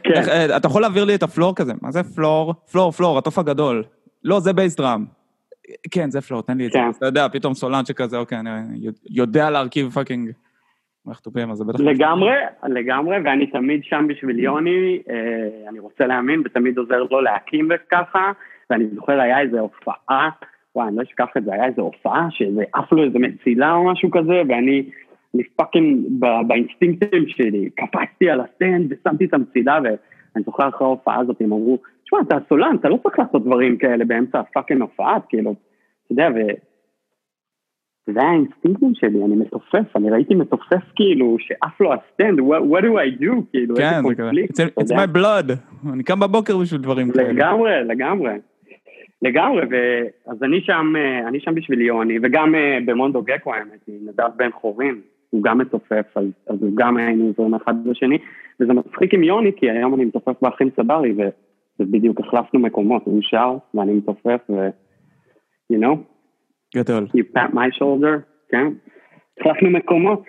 אתה יכול להעביר לי את הפלור כזה, מה זה פלור? פלור, פלור, התוף הגדול. לא, זה בייס דראם. כן, זה פלור, תן לי את זה. אתה יודע, פתאום סולן שכזה, אוקיי, אני יודע להרכיב פאקינג מחטופים, אז זה בטח... לגמרי, לגמרי, ואני תמיד שם בשביל יוני, אני רוצה להאמין, ותמיד עוזר לו להקים וככה, ואני זוכר, היה איזו הופעה, וואי, אני לא אשכח את זה, היה איזו הופעה, שזה אף לא איזו מצילה או משהו כזה, ואני, אני פאקינג באינסטינקטים שלי, קפצתי על הסטנד, ושמתי את המצילה, ואני זוכר אחרי ההופעה הזאת, הם אמרו, תשמע, אתה סולן, אתה לא צריך לעשות דברים כאלה באמצע הפאקינג הופעה, כאילו, אתה יודע, ו... זה היה האינסטינקטים שלי, אני מתופף, אני ראיתי מתופף כאילו, שאף לא הסטנד, what, what do I do, כאילו, כן, איזה קונפליקט. It's, it's my blood, אני קם בבוקר בשביל דברים כאלה. לגמרי, לגמרי, לגמרי, ואז אני שם, אני שם בשביל יוני, וגם במונדו גקו האמת, נדב בן חורין, הוא גם מתופף, אז, אז הוא גם היינו עוזרים אחד לשני, וזה מצחיק עם יוני, כי היום אני מתופף באחים צברי, ובדיוק החלפנו מקומות, הוא שר, ואני מתופף, ו, you know, גדול. You pat my shoulder, כן? החלפנו מקומות.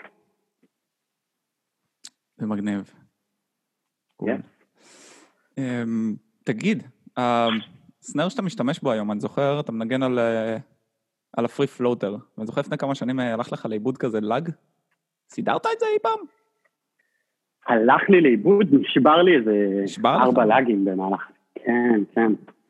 זה מגניב. כן. תגיד, הסנר שאתה משתמש בו היום, אני זוכר, אתה מנגן על הפרי פלוטר, ואני זוכר לפני כמה שנים הלך לך לאיבוד כזה לג? סידרת את זה אי פעם? הלך לי לאיבוד, נשבר לי איזה ארבע לגים במהלך. כן, כן.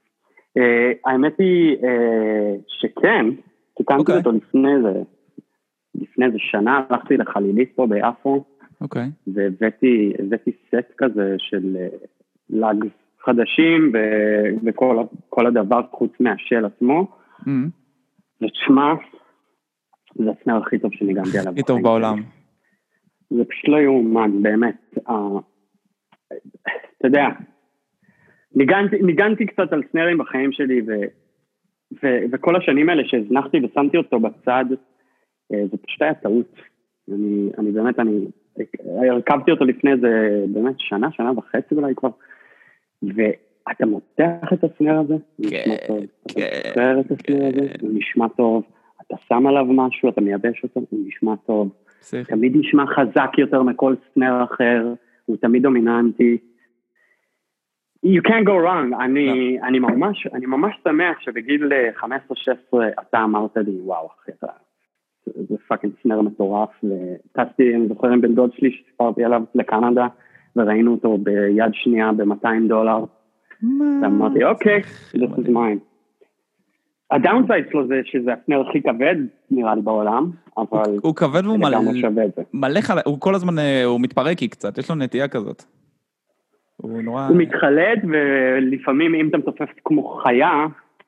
האמת היא שכן, תיקנתי okay. אותו לפני זה, לפני זה שנה, הלכתי לחלילית פה ביפו, okay. והבאתי, הבאתי סט כזה של לג חדשים, ו- וכל כל הדבר חוץ מהשל עצמו, mm-hmm. ותשמע, זה הסנר הכי טוב שניגנתי עליו. הכי טוב בעולם. זה פשוט לא יאומן, באמת. Uh, אתה יודע, ניגנתי, ניגנתי קצת על סנרים בחיים שלי, ו... ו- וכל השנים האלה שהזנחתי ושמתי אותו בצד, זה פשוט היה טעות. אני, אני באמת, אני הרכבתי אותו לפני זה באמת שנה, שנה וחצי אולי כבר, ואתה מותח את הסנר הזה, הוא נשמע טוב. אתה זוכר את הסנר הזה, הוא נשמע טוב. אתה שם עליו משהו, אתה מייבש אותו, הוא נשמע טוב. תמיד נשמע חזק יותר מכל סנר אחר, הוא תמיד דומיננטי. You can't go wrong, אני, אני ממש, אני ממש שמח שבגיל חמש עשרה שש עשרה אתה אמרת לי, וואו, אחי, זה פאקינג סנר מטורף, וטסתי, אני זוכר עם בן דוד שלי שסיפרתי עליו לקנדה, וראינו אותו ביד שנייה ב-מאתיים דולר, ואמרתי, אוקיי, this is mine. הדאונסייד שלו זה שזה הסנר הכי כבד, נראה לי בעולם, אבל... הוא כבד והוא מלא, הוא כל הזמן, הוא מתפרקי קצת, יש לו נטייה כזאת. הוא נורא... הוא מתחלט, ולפעמים אם אתה מתופף כמו חיה,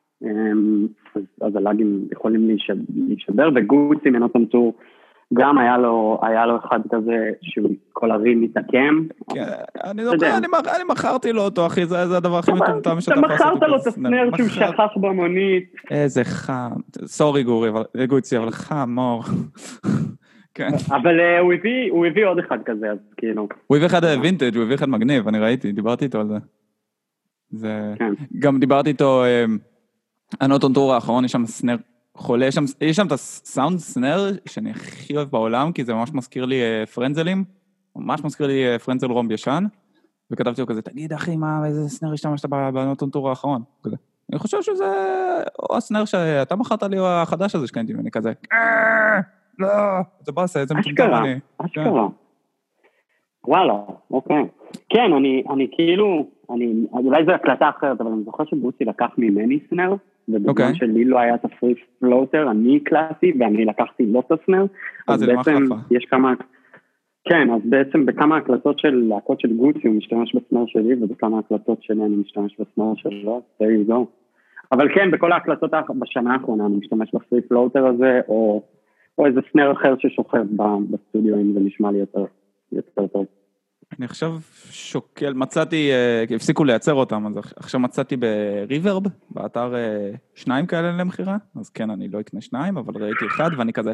אז, אז הלאגים יכולים להישבר, וגוצי מנו תמצור, גם היה לו, היה לו אחד כזה, שכל הרים מתעקם. כן, אני זוכר, אני מכרתי לו אותו, אחי, זה הדבר הכי מטומטם שאתה יכול לעשות. אתה מכרת לו את הסנר שהוא שכח במונית. איזה חם, סורי גורי, גוצי, אבל חם, מור. כן. אבל הוא הביא, הוא הביא עוד אחד כזה, אז כאילו. הוא הביא אחד וינטג', הוא הביא אחד מגניב, אני ראיתי, דיברתי איתו על זה. זה... כן. גם דיברתי איתו, הנוטון טור האחרון, יש שם סנר חולה, יש שם, יש שם את הסאונד סנר שאני הכי אוהב בעולם, כי זה ממש מזכיר לי פרנזלים, ממש מזכיר לי פרנזל רום ישן, וכתבתי לו כזה, תגיד אחי, מה, איזה סנר השתמשת בנוטון טור האחרון? כזה. אני חושב שזה, או הסנר שאתה מכרת לי, או החדש הזה שקניתי, ואני כזה, לא, זה באסה, איזה מטומטם אני. אשכרה, וואלה, אוקיי. כן, אני, אני כאילו, אני, אולי זו הקלטה אחרת, אבל אני זוכר שבוסי לקח ממני סנר, ובזמן שלי לא היה את הפרי פלוטר, אני הקלטתי, ואני לקחתי לא את הסנר. אה, זה למחלפה. יש כמה, כן, אז בעצם בכמה הקלטות של להקות של גוצי, הוא משתמש בסנר שלי, ובכמה הקלטות שלי אני משתמש בסנר שלו, there you go. אבל כן, בכל ההקלטות בשנה האחרונה, אני משתמש בפרי פלוטר הזה, או... או איזה סנר אחר ששוכב בסטודיו, אם זה נשמע לי יותר, יותר טוב. אני עכשיו שוקל, מצאתי, הפסיקו לייצר אותם, אז עכשיו מצאתי בריברב, באתר שניים כאלה למחירה, אז כן, אני לא אקנה שניים, אבל ראיתי אחד, ואני כזה,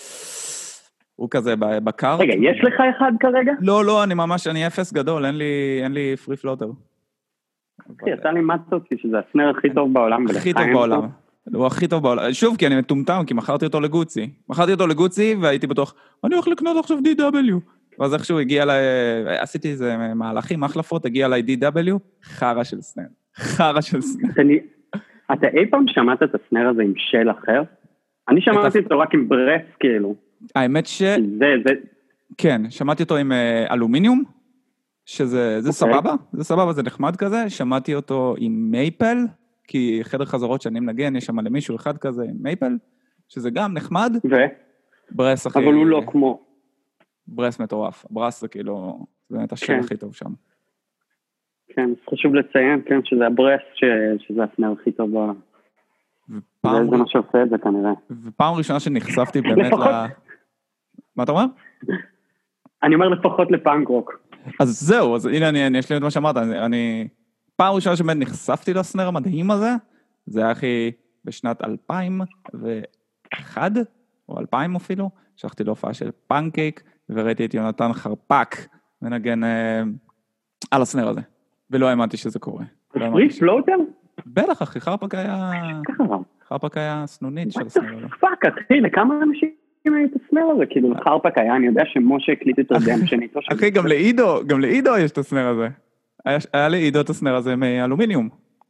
הוא כזה בקארט. רגע, יש לך אחד כרגע? לא, לא, אני ממש, אני אפס גדול, אין לי, אין לי פרי פלוטר. אחי, יצא לי מצאתי, שזה הסנר הכי טוב בעולם. הכי טוב בעולם. הוא הכי טוב בעולם. שוב, כי אני מטומטם, כי מכרתי אותו לגוצי. מכרתי אותו לגוצי, והייתי בטוח, אני הולך לקנות עכשיו די דאבליו. ואז איכשהו הגיע ל... עשיתי איזה מהלכים, מחלפות, הגיע ל-די דאבליו, חרה של סנר. חרה של סנר. אתה אי פעם שמעת את הסנר הזה עם של אחר? אני שמעתי אותו רק עם ברס, כאילו. האמת ש... זה, זה... כן, שמעתי אותו עם אלומיניום, שזה זה סבבה, זה סבבה, זה נחמד כזה. שמעתי אותו עם מייפל, כי חדר חזרות שאני מנגן, יש שם למישהו אחד כזה עם מייפל, שזה גם נחמד. ו? ברס הכי... אבל הוא לא כמו... ברס מטורף. ברס זה כאילו, זה באמת השם הכי טוב שם. כן, חשוב לציין, כן, שזה הברס, שזה הסנר הכי טוב. ופעם... זה מה שעושה את זה כנראה. ופעם ראשונה שנחשפתי באמת ל... מה אתה אומר? אני אומר לפחות לפאנק רוק. אז זהו, אז הנה אני, אני אשלים את מה שאמרת, אני, אני... פעם ראשונה שבאמת נחשפתי לסנר המדהים הזה, זה היה הכי בשנת אלפיים ואחת, או אלפיים אפילו, שלחתי להופעה של פאנקייק, וראיתי את יונתן חרפק, מנגן אה, על הסנר הזה, ולא האמנתי שזה קורה. פרי פלוטר? בטח, אחי, חרפק היה... חרפק היה סנונית של הסנר הזה. פאק, אחי, לכמה אנשים היית הסנר הזה? כאילו, חרפק היה, אני יודע שמשה הקליט את הדם שניתו. אחי, גם לעידו, גם לעידו יש את הסנר הזה. היה לעידו את הסנר הזה מאלומיניום.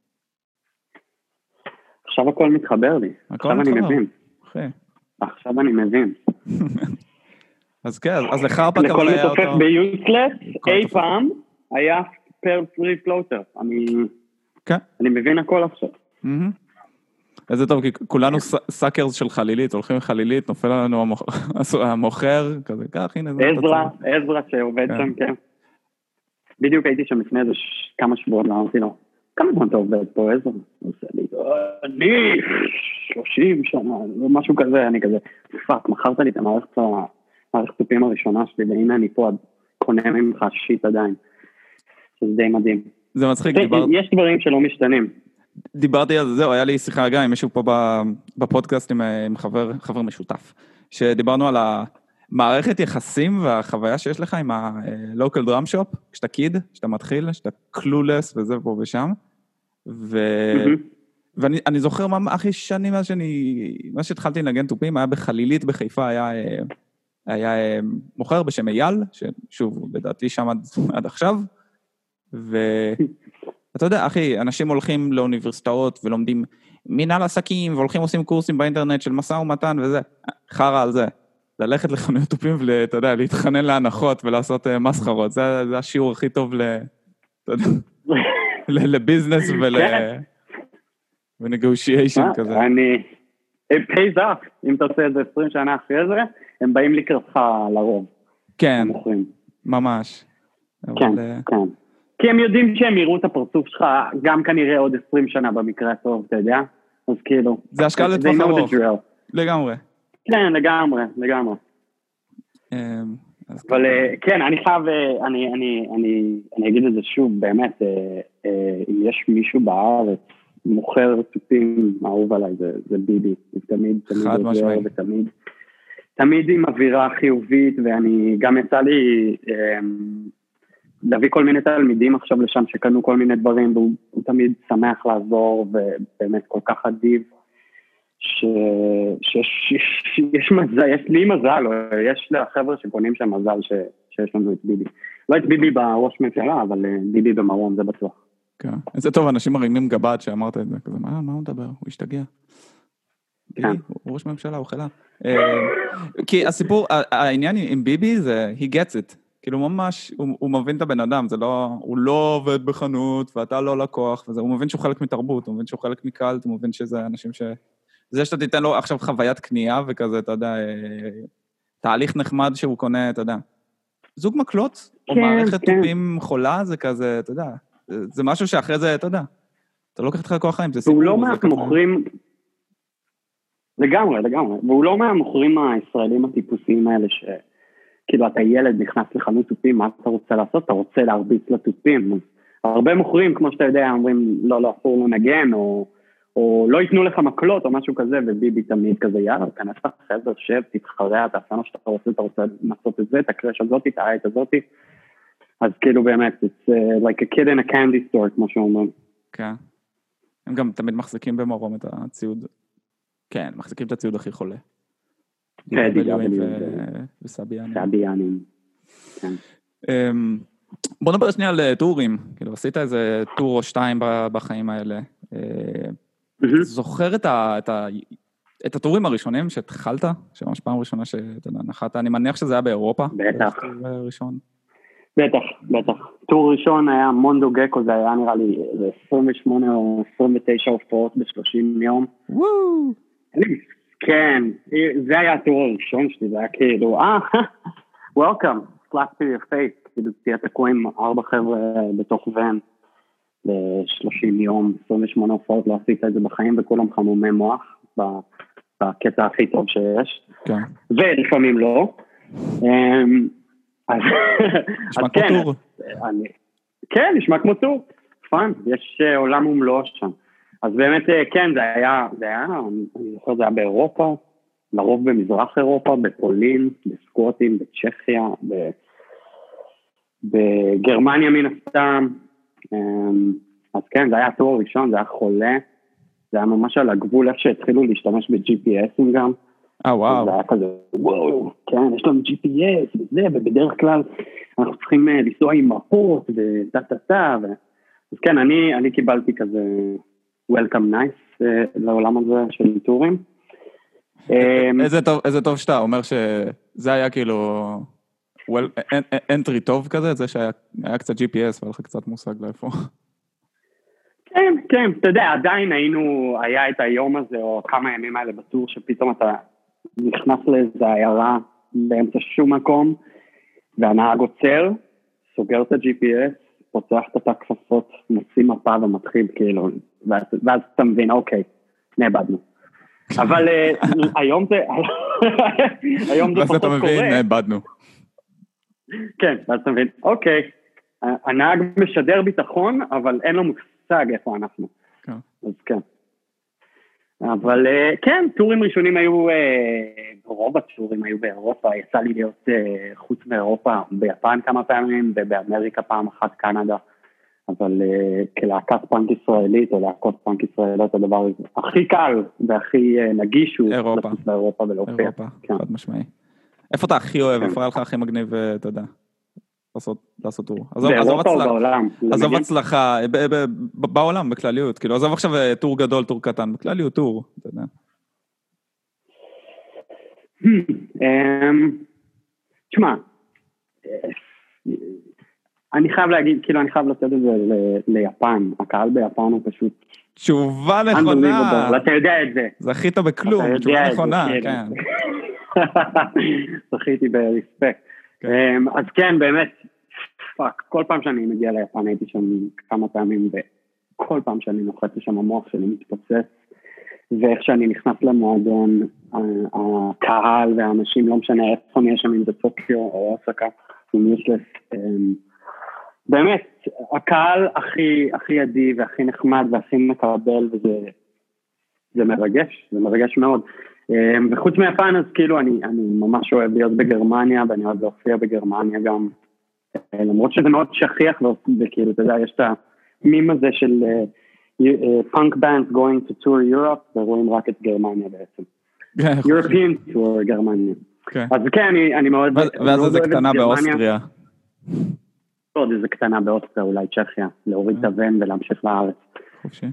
עכשיו הכל מתחבר לי. עכשיו אני מבין. עכשיו אני מבין. אז כן, אז לחרפק אבל היה אותו... לכל מתופף ביוטלס, אי פעם היה פר פרי פלוטר. אני מבין הכל עכשיו. איזה טוב, כי כולנו סאקרס של חלילית, הולכים לחלילית, נופל לנו המוכר, כזה כך, הנה זה... עזרא, עזרא שעובד שם, כן. בדיוק הייתי שם לפני איזה כמה שבועות, אמרתי לו, כמה זמן אתה עובד פה, עזרא? הוא עושה לי, אני שלושים שנה, משהו כזה, אני כזה, פאק, מכרת לי את המערכת תופים הראשונה שלי, והנה אני פה קונה ממך שיט עדיין. זה די מדהים. זה מצחיק, דיברת... יש דברים שלא משתנים. דיברתי על זה, זהו, היה לי שיחה גם עם מישהו פה בפודקאסט עם, עם חבר, חבר משותף, שדיברנו על המערכת יחסים והחוויה שיש לך עם ה-local drum shop, כשאתה קיד, כשאתה מתחיל, כשאתה clueless וזה פה ושם, ו... mm-hmm. ואני אני זוכר מה הכי שנים מאז שאני, מה שהתחלתי לנגן תופים, היה בחלילית בחיפה, היה, היה מוכר בשם אייל, ששוב, לדעתי שם עד, עד עכשיו, ו... אתה יודע, אחי, אנשים הולכים לאוניברסיטאות ולומדים מנהל עסקים, והולכים עושים קורסים באינטרנט של מסע ומתן וזה, חרה על זה. ללכת לחנויות תופים ואתה יודע, להתחנן להנחות ולעשות מסחרות, זה, זה השיעור הכי טוב ל... אתה יודע, לביזנס ול... ונגושיישן כזה. אני... it pays up, אם אתה עושה את זה עשרים שנה אחרי זה, הם באים לקראתך לרוב. כן, ממש. כן, כן. כי הם יודעים שהם יראו את הפרצוף שלך, גם כנראה עוד עשרים שנה במקרה הטוב, אתה יודע? אז כאילו... זה השקעה לטווח ארוך. לגמרי. כן, לגמרי, לגמרי. אבל כן, אני חייב, אני, אני, אני, אני אגיד את זה שוב, באמת, אם יש מישהו בארץ, מוכר תופים, אהוב עליי, זה ביבי. תמיד, תמיד עוזר, ותמיד, תמיד עם אווירה חיובית, ואני גם יצא לי... להביא כל מיני תלמידים עכשיו לשם שקנו כל מיני דברים, והוא תמיד שמח לעזור, ובאמת כל כך עדיב, שיש מזל, יש לי מזל, או יש לחבר'ה שקונים שם מזל שיש לנו את ביבי. לא את ביבי בראש ממשלה, אבל ביבי במרום, זה בטוח. כן, זה טוב, אנשים מרימים גבד שאמרת את זה, כזה, מה, מה הוא מדבר? הוא השתגע. כן. הוא ראש ממשלה, הוא חלה. כי הסיפור, העניין עם ביבי זה, he gets it. כאילו ממש, הוא, הוא מבין את הבן אדם, זה לא, הוא לא עובד בחנות, ואתה לא לקוח, וזה, הוא מבין שהוא חלק מתרבות, הוא מבין שהוא חלק מקלט, הוא מבין שזה אנשים ש... זה שאתה תיתן לו עכשיו חוויית קנייה, וכזה, אתה יודע, תהליך נחמד שהוא קונה, אתה יודע. זוג מקלות, כן, או מערכת כן. תופים חולה, זה כזה, אתה יודע, זה, זה משהו שאחרי זה, אתה יודע, אתה לא לוקח את כוח חיים, זה סיפור. והוא לא מהמוכרים, לגמרי, לגמרי, והוא לא מהמוכרים הישראלים הטיפוסיים האלה ש... כאילו, אתה ילד נכנס לחנות תופים, מה אתה רוצה לעשות? אתה רוצה להרביץ לתופים. הרבה מוכרים, כמו שאתה יודע, אומרים, לא, לא, אסור לו נגן, או, או לא ייתנו לך מקלות, או משהו כזה, וביבי תמיד כזה, יאללה, כנס לך חבר, שב, תתחרע, תעשה מה שאתה רוצה, אתה רוצה לעשות את זה, את הקרש הזאת, את העית הזאת. אז כאילו, באמת, it's uh, like a kid in a candy store, כמו שאומרים. כן. הם גם תמיד מחזיקים במרום את הציוד. כן, מחזיקים את הציוד הכי חולה. וסביאנים. סביאנים. בוא נדבר שנייה על טורים, כאילו עשית איזה טור או שתיים בחיים האלה. זוכר את ה... את ה... את הטורים הראשונים שהתחלת, שממש פעם ראשונה שאתה נחת, אני מניח שזה היה באירופה. בטח. ראשון. בטח, בטח. טור ראשון היה מונדו גקו, זה היה נראה לי עשרים ושמונה או עשרים ותשע הופעות ב-שלושים יום. וואו. כן, זה היה הטור הראשון שלי, זה היה כאילו, אה, welcome, slap to your face, כאילו תהיה תקוע עם ארבע חבר'ה בתוך ון, ב-שלושים יום, עשרים ושמונה הופעות, לא עשית את זה בחיים, וכולם חמומי מוח, בקטע הכי טוב שיש, כן. ולפעמים לא. נשמע כמו טור. כן, נשמע כמו טור. פאן, יש עולם ומלואו שם. אז באמת, כן, זה היה, זה היה, אני זוכר, זה היה באירופה, לרוב במזרח אירופה, בפולין, בסקוטים, בצ'כיה, בגרמניה מן הסתם. אז כן, זה היה טור הראשון, זה היה חולה. זה היה ממש על הגבול איך שהתחילו להשתמש ב-ג'י פי אסים גם. אה, וואו. זה היה כזה, וואו, כן, יש לנו ג'י פי אס וזה, ובדרך כלל אנחנו צריכים לנסוע עם מפות וטה-טה-טה. אז כן, אני, אני קיבלתי כזה welcome nice לעולם הזה של טורים. איזה טוב, איזה טוב שאתה אומר שזה היה כאילו entry טוב כזה, זה שהיה קצת ג'י פי אס והיה לך קצת מושג לאיפה. כן, כן, אתה יודע, עדיין היינו, היה את היום הזה, או כמה ימים האלה בטור, שפתאום אתה נכנס לאיזו עיירה באמצע שום מקום, והנהג עוצר, סוגר את ה-ג'י פי אס, פותח את הכפפות, מוציא מפה ומתחיל, כאילו, ואז, ואז אתה מבין, אוקיי, נאבדנו. אבל היום זה, היום זה פחות קורה. ואז אתה מבין, נאבדנו. כן, ואז אתה מבין, אוקיי, הנהג משדר ביטחון, אבל אין לו מושג איפה אנחנו. כן. אז כן. אבל כן, טורים ראשונים היו, רוב הטורים היו באירופה, יצא לי להיות חוץ מאירופה, ביפן כמה פעמים, ובאמריקה פעם אחת, קנדה, אבל כלהקת פאנק ישראלית, או להקות פאנק ישראלית, הדבר הכי קל והכי נגיש הוא אירופה. באירופה ולהופיע. אירופה, חד משמעי. איפה אתה הכי אוהב, איפה היה לך הכי מגניב, אתה יודע? לעשות טור. באירופה או בעולם? עזוב הצלחה, בעולם בכלליות, כאילו, עזוב עכשיו טור גדול, טור קטן, בכלליות טור, אתה יודע. תשמע, אני חייב להגיד, כאילו אני חייב לתת את זה ליפן, הקהל ביפן הוא פשוט... תשובה נכונה. אתה יודע את זה. זכית בכלום, תשובה נכונה, כן. זכיתי ברספקט. אז כן, באמת, פאק, כל פעם שאני מגיע ליפן הייתי שם כמה פעמים, וכל פעם שאני נוחת לשם המוח שלי מתפוצץ, ואיך שאני נכנס למועדון, הקהל והאנשים, לא משנה איפה נהיה שם, אם זה טוקיו או אוסקה, עם יוסלס, באמת, הקהל הכי, הכי ידי והכי נחמד והכי מקבל, וזה זה מרגש, זה מרגש מאוד. וחוץ מיפן, אז כאילו אני, אני ממש אוהב להיות בגרמניה, ואני אוהב להופיע בגרמניה גם, למרות שזה מאוד שכיח, וכאילו, אתה יודע, יש את המים הזה של punk bands going to tour Europe, ורואים רק את גרמניה בעצם. European tour גרמניה. אז כן, אני מאוד... ואז איזה קטנה באוסטריה. עוד איזה קטנה באוסטריה, אולי צ'כיה, להוריד את הוון ולהמשיך לארץ. חופשי.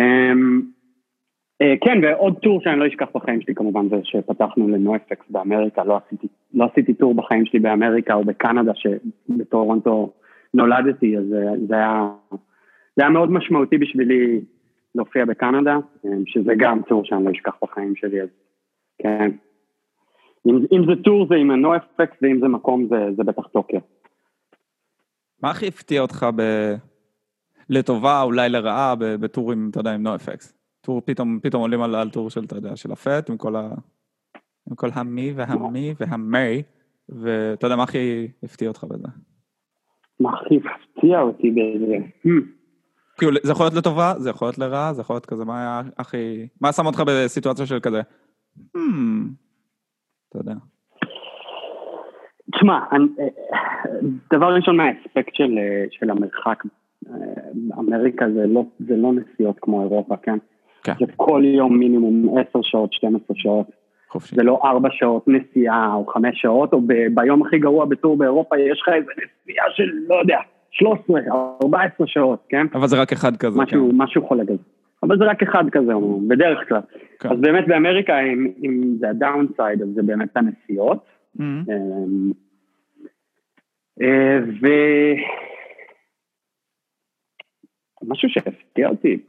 כן, ועוד טור שאני לא אשכח בחיים שלי כמובן, זה שפתחנו לנואפקס באמריקה, לא עשיתי, לא עשיתי טור בחיים שלי באמריקה או בקנדה, שבטורונטו נולדתי, אז זה היה, זה היה מאוד משמעותי בשבילי להופיע בקנדה, שזה גם טור שאני לא אשכח בחיים שלי, אז כן. אם, אם זה טור זה עם הנואפקס, ואם זה מקום זה, זה בטח טוקיו. מה הכי הפתיע אותך ב... לטובה, אולי לרעה, בטורים, אתה יודע, עם נואפקס? טור, פתאום, פתאום עולים על, על טור של, אתה יודע, של הפט, עם כל ה... עם כל המי והמי והמי, ואתה יודע, מה הכי הפתיע אותך בזה? מה הכי הפתיע אותי בזה? כאילו, זה יכול להיות לטובה, זה יכול להיות לרעה, זה יכול להיות כזה, מה היה הכי... מה שם אותך בסיטואציה של כזה? אתה יודע. תשמע, דבר ראשון מהאספקט של, של המרחק, אמריקה זה לא, זה לא נסיעות כמו אירופה, כן? כן. זה כל יום מינימום עשר שעות, שתים עשרה שעות. חופשי. זה לא ארבע שעות נסיעה או חמש שעות, או ב, ביום הכי גרוע בטור באירופה יש לך איזה נסיעה של, לא יודע, שלוש עשרה, ארבע עשרה שעות, כן? אבל זה רק אחד כזה, משהו, כן. משהו חולק על זה. אבל זה רק אחד כזה, בדרך כלל. כן. אז באמת באמריקה, אם, אם זה הדאונסייד, אז זה באמת הנסיעות. Mm-hmm. ו... משהו שהפתיע אותי,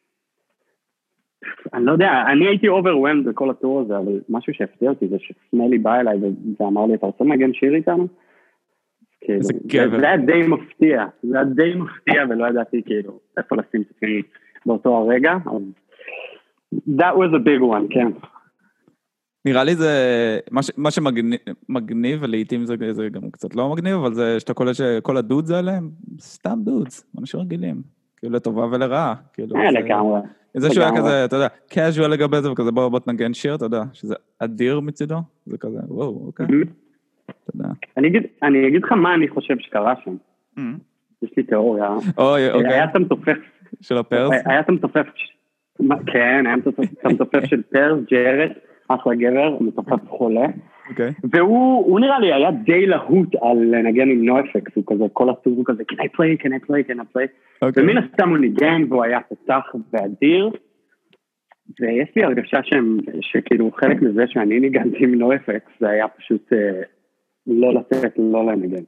אני לא יודע, אני הייתי overwhelmed בכל הטור הזה, אבל משהו שהפתיע אותי זה שסמלי בא אליי ואמר לי, אתה רוצה לנגן שיר איתנו? איזה גבר. זה היה די מפתיע, זה היה די מפתיע ולא ידעתי כאילו איפה לשים את עצמי באותו הרגע, אז that was a big one, כן. נראה לי זה, מה, ש, מה שמגניב, ולעיתים זה, זה גם קצת לא מגניב, אבל זה שאתה קולט שכל הדודס האלה הם סתם דודס, אנשים רגילים, כאילו לטובה ולרעה. כאילו, אה, לגמרי. זה שהוא היה כזה, אתה יודע, casual לגבי זה, וכזה בוא, בוא תנגן שיר, אתה יודע, שזה אדיר מצידו, זה כזה, וואו, אוקיי. אתה יודע. אני אגיד, אני אגיד לך מה אני חושב שקרה שם. יש לי תיאוריה. אוי, אוקיי. היה שם תופף. של הפרס? היה שם תופף, כן, היה שם תופף של פרס, ג'רד, אחלה גבר, מתופף חולה. אוקיי. והוא נראה לי היה די להוט על לנגן עם נואפקס, הוא כזה, כל הסוג הוא כזה, can I play, can I play, can I play. ומן הסתם הוא ניגן, והוא היה פתח ואדיר. ויש לי הרגשה שכאילו חלק מזה שאני ניגנתי עם נואפקס, זה היה פשוט לא לתת, לא לנגן.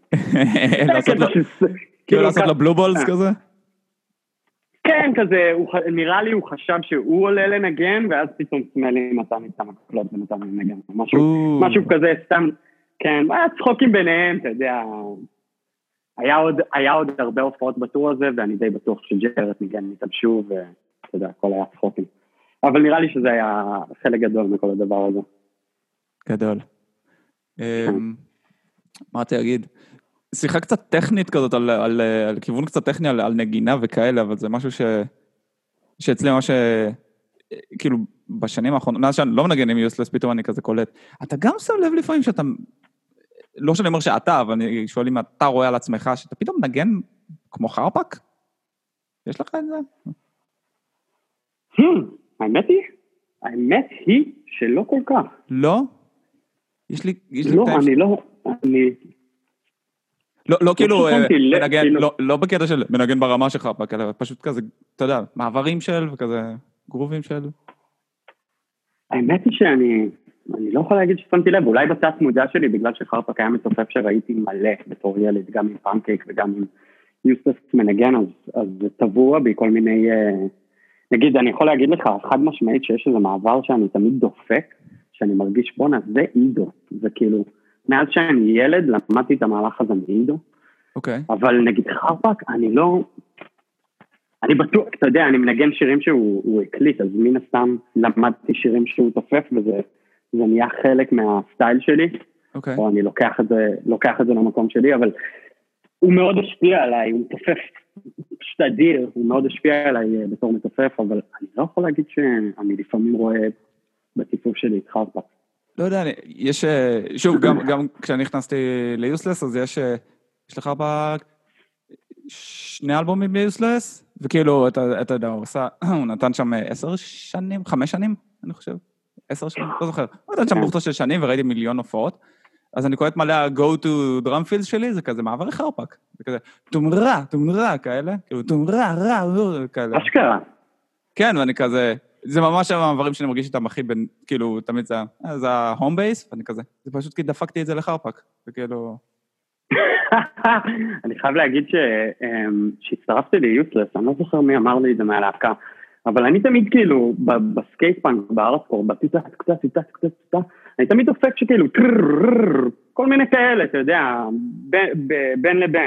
כאילו לעשות לו בלו בולס כזה? כן, כזה, נראה לי הוא חשב שהוא עולה לנגן, ואז פתאום סמלי נתן איתם הקפלות ונתן לנגן. משהו כזה, סתם, כן, היה צחוקים ביניהם, אתה יודע, היה עוד הרבה הופעות בטור הזה, ואני די בטוח שג'רד ניגן איתם שוב, ואתה יודע, הכל היה צחוקים. אבל נראה לי שזה היה חלק גדול מכל הדבר הזה. גדול. מה אתה אגיד? שיחה קצת טכנית כזאת, על, על, על כיוון קצת טכני, על, על נגינה וכאלה, אבל זה משהו ש, שאצלי מה ש... כאילו, בשנים האחרונות, מאז שאני לא מנגן עם יוסלס, פתאום אני כזה קולט. אתה גם שם לב לפעמים שאתה... לא שאני אומר שאתה, אבל אני שואל אם אתה רואה על עצמך, שאתה פתאום מנגן כמו חרפק? יש לך את זה? האמת היא? האמת היא שלא כל כך. לא? יש לי... לא, אני לא... אני... לא, לא כאילו, מנגן, לא, לא בקטע של מנגן ברמה שלך, אלא פשוט כזה, אתה יודע, מעברים של וכזה גרובים של. האמת היא שאני, אני לא יכול להגיד ששמתי לב, אולי בתת מודע שלי, בגלל שחרפק היה מתופף שראיתי מלא בתור ילד, גם עם פנקייק וגם עם יוסף מנגן, אז, אז זה טבוע בי כל מיני, נגיד, אני יכול להגיד לך, חד משמעית שיש איזה מעבר שאני תמיד דופק, שאני מרגיש בונה, זה אידו, זה כאילו, מאז שאני ילד, למדתי את המהלך הזה מאידו. אוקיי. אבל נגיד חרפק, אני לא... אני בטוח, אתה יודע, אני מנגן שירים שהוא הקליט, אז מן הסתם למדתי שירים שהוא תופף, וזה נהיה חלק מהסטייל שלי. אוקיי. או אני לוקח את זה, לוקח את זה למקום שלי, אבל הוא מאוד השפיע עליי, הוא מתופף פשוט אדיר, הוא מאוד השפיע עליי בתור מתופף, אבל אני לא יכול להגיד שאני לפעמים רואה בטיפוף שלי את חרפק. לא יודע, יש, שוב, גם, גם כשאני נכנסתי ליוסלס, אז יש, יש לך שני אלבומים ביוסלס, וכאילו, אתה, אתה יודע, הוא עשה, הוא נתן שם עשר שנים, חמש שנים, אני חושב, עשר שנים, לא זוכר, הוא נתן שם בוכתו של שנים, וראיתי מיליון הופעות, אז אני קוראת מלא ה-go to drum fields שלי, זה כזה מעבר חרפק, זה כזה, תומרה, תומרה, כאלה, כאילו, תומרה, רע, כאלה. אשכרה. כן, ואני כזה, זה ממש המעברים שאני מרגיש איתם הכי בין, כאילו, תמיד זה, זה ההום בייס, ואני כזה, זה פשוט כי דפקתי את זה לחרפק, זה כאילו... אני חייב להגיד שהצטרפתי ליוסלס, אני לא זוכר מי אמר לי את זה מהלהקה, אבל אני תמיד כאילו, בסקייט פאנק, בארסקור, בטיטה, קצת, קצת, קצת, קצת, אני תמיד דופק שכאילו, כל מיני כאלה, אתה יודע, בין לבין.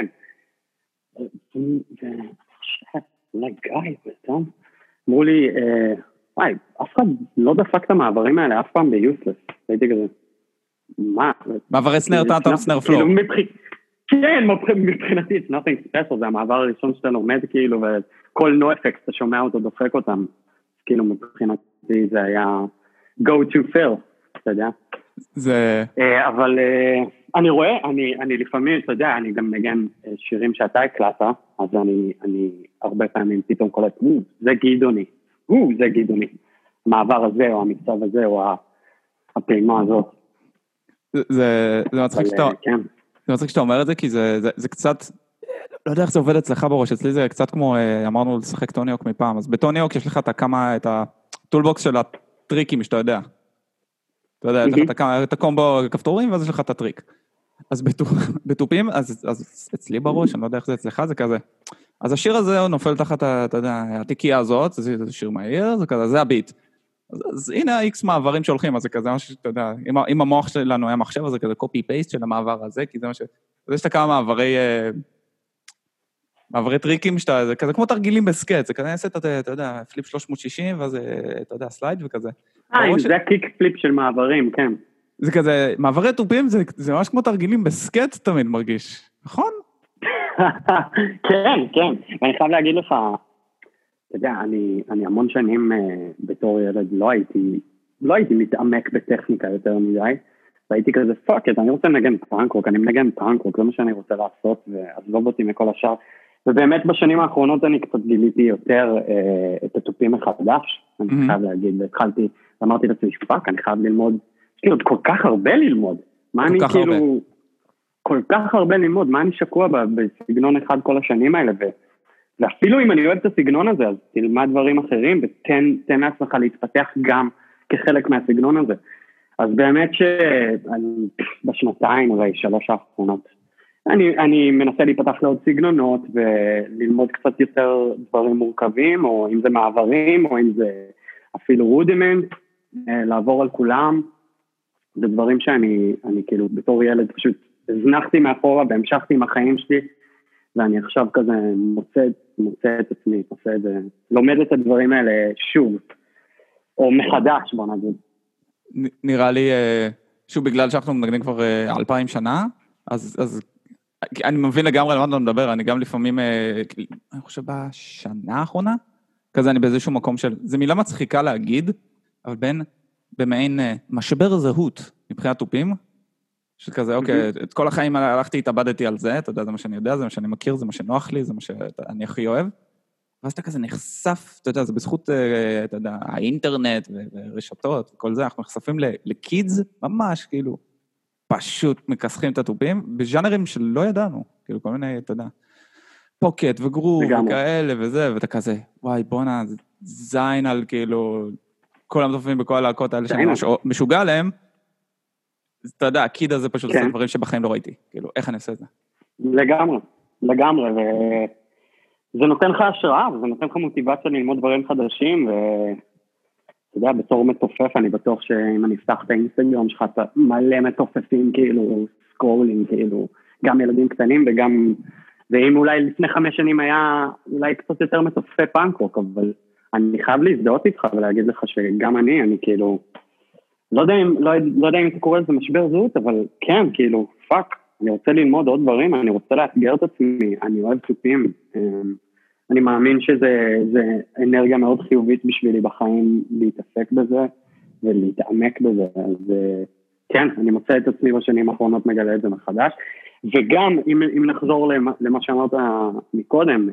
לגאי, פתאום. אמרו לי, וואי, אף אחד לא דפק את המעברים האלה אף פעם ביוסלס, הייתי כזה, מה? מעברי סנר, טאנטון, סנר פלור. כן, מבחינתי, it's nothing special, זה המעבר הראשון שאתה לומד כאילו, וכל נואפקס, אתה שומע אותו, דופק אותם, כאילו מבחינתי זה היה go to fill, אתה יודע. זה... אבל אני רואה, אני לפעמים, אתה יודע, אני גם נגן שירים שאתה הקלטת, אז אני הרבה פעמים פתאום קולט, זה גדעוני, זה גדעוני, המעבר הזה, או המקצב הזה, או הפעימה הזאת. זה מצחיק שאתה... זה מצחיק שאתה אומר את זה, כי זה, זה, זה קצת, לא יודע איך זה עובד אצלך בראש, אצלי זה קצת כמו, אמרנו לשחק טוניוק מפעם, אז בטוניוק יש לך את הכמה, את הטולבוקס של הטריקים שאתה יודע. אתה יודע, יש לך את הקומבו כפתורים, ואז יש לך את הטריק. אז בטופים, אז אצלי בראש, אני לא יודע איך זה אצלך, זה כזה. אז השיר הזה נופל תחת, אתה יודע, התיקייה הזאת, זה שיר מהיר, זה כזה, זה הביט. אז הנה ה-X מעברים שהולכים, אז זה כזה משהו שאתה יודע, אם המוח שלנו היה מחשב, אז זה כזה קופי-פייסט של המעבר הזה, כי זה מה ש... אז יש את כמה מעברי... מעברי טריקים שאתה, זה כזה כמו תרגילים בסקט, זה כזה נעשה, אתה יודע, פליפ שלוש מאות שישים, ואז, אתה יודע, סלייד וכזה. אה, זה הקיק פליפ של מעברים, כן. זה כזה, מעברי טופים, זה, זה ממש כמו תרגילים בסקט תמיד מרגיש, נכון? כן, כן, ואני חייב להגיד לך, אתה יודע, אני, אני המון שנים בתור ילד לא הייתי, לא הייתי מתעמק בטכניקה יותר מדי, והייתי כזה, פאק את, אני רוצה לנגן פאנק-רוק, אני מנגן פאנק-רוק, זה מה שאני רוצה לעשות, ועזוב אותי מכל השאר. ובאמת בשנים האחרונות אני קצת גיליתי יותר אה, את הטופים מחדש, אני mm-hmm. חייב להגיד, התחלתי, אמרתי לעצמי, פאק, אני חייב ללמוד, יש לי עוד כל כך הרבה ללמוד, מה אני כאילו, הרבה. כל כך הרבה ללמוד, מה אני שקוע בסגנון אחד כל השנים האלה, ו, ואפילו אם אני אוהב את הסגנון הזה, אז תלמד דברים אחרים, ותן לעצמך להתפתח גם כחלק מהסגנון הזה. אז באמת שאני בשנתיים, אולי שלוש האחרונות, אני, אני מנסה להיפתח לעוד סגנונות, וללמוד קצת יותר דברים מורכבים, או אם זה מעברים, או אם זה אפילו רודימנט, לעבור על כולם, זה דברים שאני, אני כאילו בתור ילד פשוט הזנחתי מאחורה, והמשכתי עם החיים שלי, ואני עכשיו כזה מוצא, מוצא את עצמי, עושה את זה, לומד את הדברים האלה שוב, או מחדש, בוא נגיד. נראה לי, שוב, בגלל שאנחנו מנגנים כבר אלפיים שנה, אז, אז אני מבין לגמרי על מה אתה מדבר, אני גם לפעמים, אני חושב בשנה האחרונה, כזה אני באיזשהו מקום של, זו מילה מצחיקה להגיד, אבל בין, במעין משבר זהות, מבחינת טופים, שכזה, אוקיי, את כל החיים הלכתי, התאבדתי על זה, אתה יודע, זה מה שאני יודע, זה מה שאני מכיר, זה מה שנוח לי, זה מה שאני הכי אוהב, ואז אתה כזה נחשף, אתה יודע, זה בזכות, אתה יודע, האינטרנט ורשתות וכל זה, אנחנו נחשפים לקידס, ממש, כאילו, פשוט מכסחים את הטופים, בז'אנרים שלא ידענו, כאילו, כל מיני, אתה יודע, פוקט וגרוב וכאלה וזה, ואתה כזה, וואי, בונה, זין על, כאילו, כל המטופים בכל הלהקות האלה שאני ממש משוגע עליהם, אתה יודע, הקיד הזה פשוט עושה דברים שבחיים לא ראיתי, כאילו, איך אני עושה את זה? לגמרי, לגמרי, וזה נותן לך השראה, וזה נותן לך מוטיבציה ללמוד דברים חדשים, ואתה יודע, בתור מתופף, אני בטוח שאם אני אפתח את האינסטגרם שלך, אתה מלא מתופפים, כאילו, סקרולינג, כאילו, גם ילדים קטנים, וגם, ואם אולי לפני חמש שנים היה, אולי קצת יותר מתופפי פאנק-רוק, אבל אני חייב להזדהות איתך, ולהגיד לך שגם אני, אני כאילו, לא יודע אם, לא, לא יודע אם אתה קורא לזה משבר זהות, אבל כן, כאילו, פאק, אני רוצה ללמוד עוד דברים, אני רוצה לאתגר את עצמי, אני אוהב טופים, אני מאמין שזה זה אנרגיה מאוד חיובית בשבילי בחיים להתעסק בזה, ולהתעמק בזה, אז כן, אני מוצא את עצמי בשנים האחרונות מגלה את זה מחדש, וגם, אם, אם נחזור למה, למה שאמרת מקודם,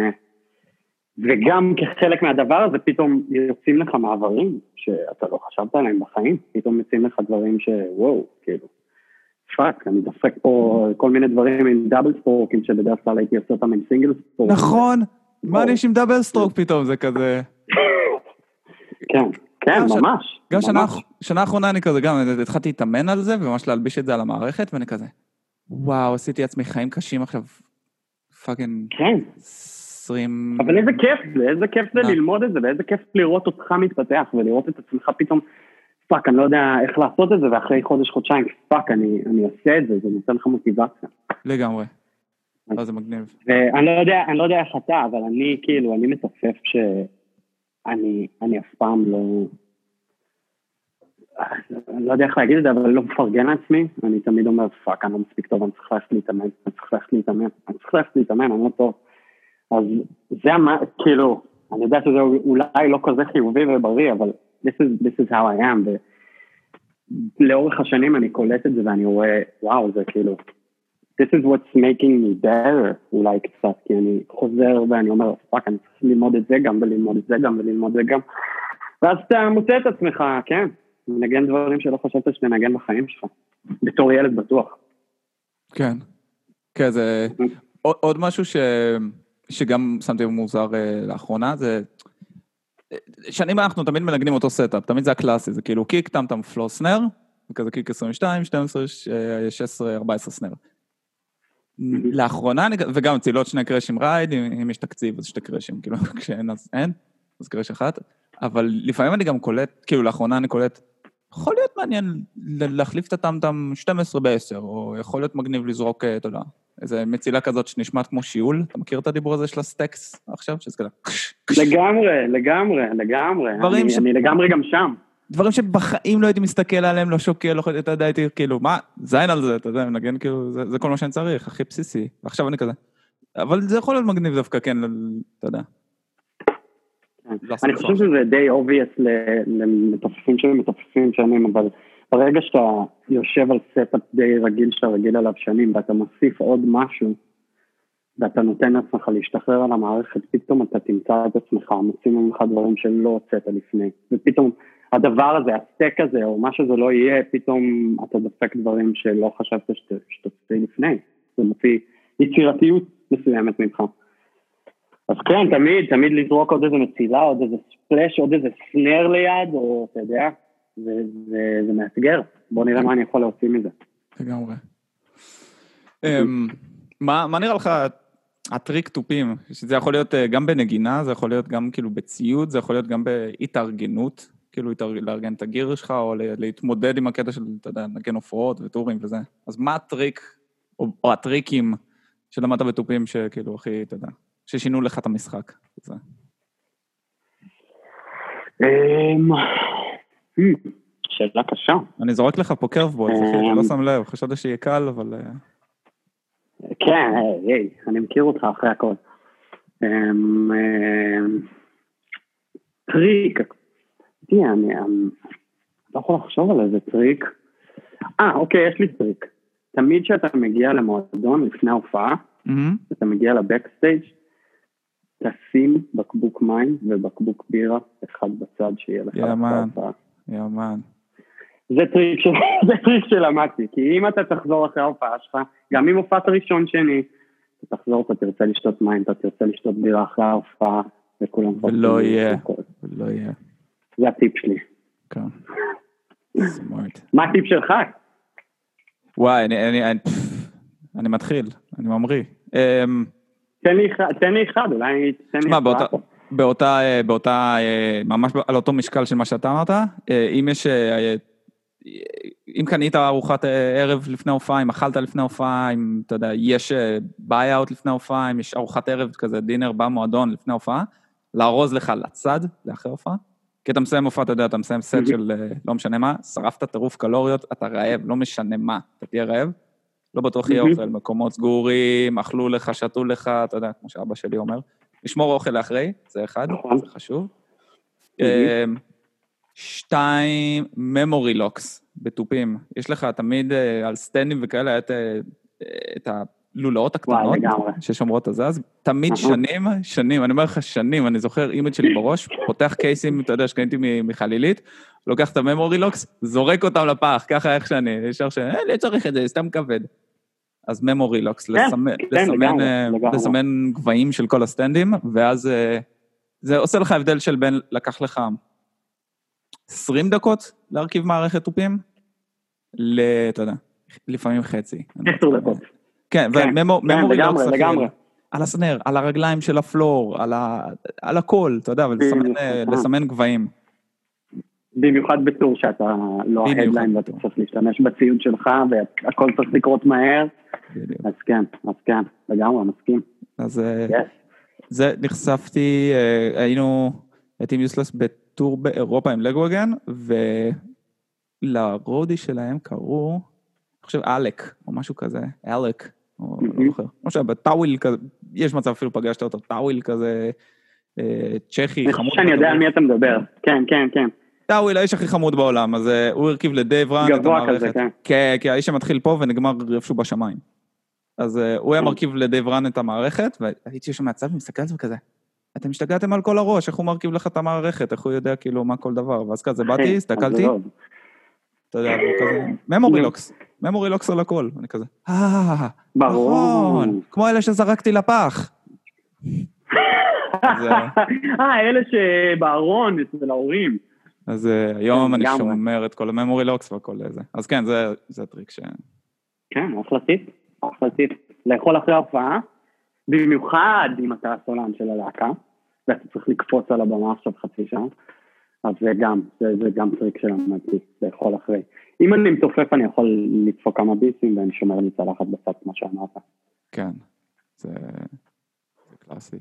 וגם כחלק מהדבר הזה, פתאום יוצאים לך מעברים, שאתה לא חשבת עליהם בחיים, פתאום יוצאים לך דברים שוואו, כאילו, פאק, אני דופק פה כל מיני דברים עם דאבל סטרוקים, שבדרך כלל הייתי עושה אותם עם סינגל סטרוק. נכון, מה יש עם דאבל סטרוק פתאום, זה כזה... כן, כן, ממש. גם שנה האחרונה אני כזה, גם התחלתי להתאמן על זה, וממש להלביש את זה על המערכת, ואני כזה, וואו, עשיתי עצמי חיים קשים עכשיו, פאקינג... כן. עשרים... אבל איזה כיף זה, איזה כיף זה ללמוד את זה, ואיזה כיף לראות אותך מתפתח, ולראות את עצמך פתאום, פאק, אני לא יודע איך לעשות את זה, ואחרי חודש, חודשיים, פאק, אני, אני אעשה את זה, זה נותן לך מוטיבציה. לגמרי. לא, זה מגניב. ואני לא יודע, אני לא יודע איך אתה, אבל אני, כאילו, אני מתופף שאני, אני אף פעם לא, אני לא יודע איך להגיד את זה, אבל לא מפרגן לעצמי, אני תמיד אומר, פאק, אני לא מספיק טוב, אני צריך ללכת להתאמן, אני צריך ללכת להתאמן, אני צריך ללכת להתאמן, אני לא טוב. אז זה, כאילו, אני יודע שזה אולי לא כזה חיובי ובריא, אבל this is, this is how I am, ולאורך השנים אני קולט את זה, ואני רואה, וואו, זה כאילו, this is what's making me better, אולי קצת, כי אני חוזר ואני אומר, פאק, אני צריך ללמוד את זה גם, וללמוד את זה גם, וללמוד את זה גם, ואז אתה מוצא את עצמך, כן, מנגן דברים שלא חשבת שנגן בחיים שלך, בתור ילד בטוח. כן, כן, זה... עוד משהו ש... שגם שמתי מוזר לאחרונה, זה... שנים אנחנו תמיד מנגנים אותו סטאפ, תמיד זה הקלאסי, זה כאילו קיק, טם טם פלור סנר, וכזה קיק עשרים ושתיים, שתים עשרה, שש עשרה, ארבע עשרה סנר. לאחרונה, וגם צילות שני קרשים רייד, אם יש תקציב, אז שתי קרשים, כאילו, כשאין אז אין, אז קרש אחת, אבל לפעמים אני גם קולט, כאילו לאחרונה אני קולט, יכול להיות מעניין להחליף את הטם-טם שתים עשרה ב-עשר, או יכול להיות מגניב לזרוק, אתה יודע, איזו מצילה כזאת שנשמעת כמו שיעול, אתה מכיר את הדיבור הזה של הסטקס עכשיו? שזה כזה... לגמרי, לגמרי, לגמרי, אני, ש... אני לגמרי גם שם. דברים שבחיים לא הייתי מסתכל עליהם, לא שוקל, לא יכולתי, אתה יודע, הייתי כאילו, מה? זין על זה, אתה יודע, מנגן כאילו, זה, זה כל מה שאני צריך, הכי בסיסי, ועכשיו אני כזה. אבל זה יכול להיות מגניב דווקא, כן, אתה יודע. אני חושב שזה די obvious למתופפים שלי, מתופפים שנים, אבל ברגע שאתה יושב על סטאפ די רגיל, שאתה רגיל עליו שנים, ואתה מוסיף עוד משהו, ואתה נותן לעצמך להשתחרר על המערכת, פתאום אתה תמצא את עצמך, מוצאים ממך דברים שלא הוצאת לפני, ופתאום הדבר הזה, הסטק הזה, או מה שזה לא יהיה, פתאום אתה דופק דברים שלא חשבת שתוציא לפני, זה מוציא יצירתיות מסוימת ממך. אז כן, תמיד, תמיד לזרוק עוד איזה מצילה, עוד איזה ספלש, עוד איזה סנר ליד, או אתה יודע, זה, זה, זה מאתגר. בוא נראה מה אני יכול להוציא מזה. לגמרי. מה, מה נראה לך הטריק טופים? שזה יכול להיות גם בנגינה, זה יכול להיות גם כאילו בציוד, זה יכול להיות גם בהתארגנות, כאילו לארגן את הגיר שלך, או להתמודד עם הקטע של, אתה יודע, נגן הופעות וטורים וזה. אז מה הטריק, או, או הטריקים שלמדת בטופים שכאילו הכי, אתה יודע, ששינו לך את המשחק. שאלה קשה. אני זורק לך פה קרבבול, לא שם לב, חשבתי שיהיה קל, אבל... כן, היי, אני מכיר אותך אחרי הכל. טריק, תראה, אני לא יכול לחשוב על איזה טריק. אה, אוקיי, יש לי טריק. תמיד שאתה מגיע למועדון לפני ההופעה, אתה מגיע לבקסטייג', תשים בקבוק מים ובקבוק בירה אחד בצד שיהיה לך להופעה. יאמן. זה טריק של, זה טריק שלמדתי, כי אם אתה תחזור אחרי ההופעה שלך, גם אם הופעת ראשון שני, אתה תחזור, אתה תרצה לשתות מים, אתה תרצה לשתות בירה אחרי ההופעה, וכולם... ולא יהיה, ולא יהיה. זה הטיפ שלי. כן. סמארט. מה הטיפ שלך? וואי, אני, אני, אני, אני מתחיל, אני ממריא. תן לי אחד, תן לי אחד, אולי תן לי אחד. באותה, באותה, ממש על אותו משקל של מה שאתה אמרת, אם יש, אם קנית ארוחת ערב לפני הופעה, אם אכלת לפני הופעה, אם, אתה יודע, יש ביי-אוט לפני הופעה, אם יש ארוחת ערב כזה, דינר במועדון לפני הופעה, לארוז לך לצד, לאחרי הופעה, כי אתה מסיים הופעה, אתה יודע, אתה מסיים סט של לא משנה מה, שרפת טירוף קלוריות, אתה רעב, לא משנה מה, אתה תהיה רעב, לא בטוח יהיה אוכל, מקומות סגורים, אכלו לך, שתו לך, אתה יודע, כמו שאבא שלי אומר, לשמור אוכל לאחרי, זה אחד, זה חשוב. שתיים, memory locks בטופים. יש לך תמיד על סטנדים וכאלה את הלולאות הקטנות ששומרות את זה, אז תמיד שנים, שנים, אני אומר לך שנים, אני זוכר אימייל שלי בראש, פותח קייסים, אתה יודע, שקניתי מחלילית, לוקח את ה-memory locks, זורק אותם לפח, ככה איך שאני, ישר ש... אה, לא צריך את זה, סתם כבד. אז memory locks, לסמן גבהים של כל הסטנדים, ואז זה עושה לך הבדל של בין לקח לך עשרים דקות להרכיב מערכת טופים, אתה יודע, לפעמים חצי. עשר דקות. כן, וממורי לוקס על הסנר, על הרגליים של הפלור, על הכל, אתה יודע, ולסמן גבהים. במיוחד בטור שאתה לא ההדליין ואתה צריך להשתמש בציוד שלך והכל צריך לקרות מהר, אז כן, אז כן, לגמרי, מסכים. אז זה נחשפתי, היינו, הייתי מיוסלס בטור באירופה עם לגווגן, ולרודי שלהם קראו, אני חושב אלק, או משהו כזה, אלק, או לא זוכר, כמו שבטאוויל כזה, יש מצב אפילו פגשת אותו, טאוויל כזה, צ'כי, חמוד. אני יודע על מי אתה מדבר, כן, כן, כן. טאוויל, האיש הכי חמוד בעולם, אז הוא הרכיב לדייב רן את המערכת. כן, כי האיש שמתחיל פה ונגמר איפשהו בשמיים. אז הוא היה מרכיב לדייב רן את המערכת, והייתי שם מהצב ומסתכל על זה וכזה, אתם השתגעתם על כל הראש, איך הוא מרכיב לך את המערכת, איך הוא יודע כאילו מה כל דבר, ואז כזה באתי, הסתכלתי, אתה יודע, והוא כזה, ממורי לוקס, ממורי לוקס על הכל, אני כזה, אה, נכון, כמו אלה שזרקתי לפח. אה, אלה שבארון, אצל ההורים. אז היום אני שומר את כל הממורי לוקס וכל זה. אז כן, זה הטריק ש... כן, החלטית, החלטית. לאכול אחרי ההופעה, במיוחד אם אתה הסולן של הלהקה, ואתה צריך לקפוץ על הבמה עכשיו חצי שעה, אז זה גם, זה, זה גם טריק שלמדתי, לאכול אחרי. אם אני מתופף, אני יכול לדפוק כמה ביסים, ואני שומר לי צלחת בצד, כמו שאמרת. כן, זה, זה קלאסי.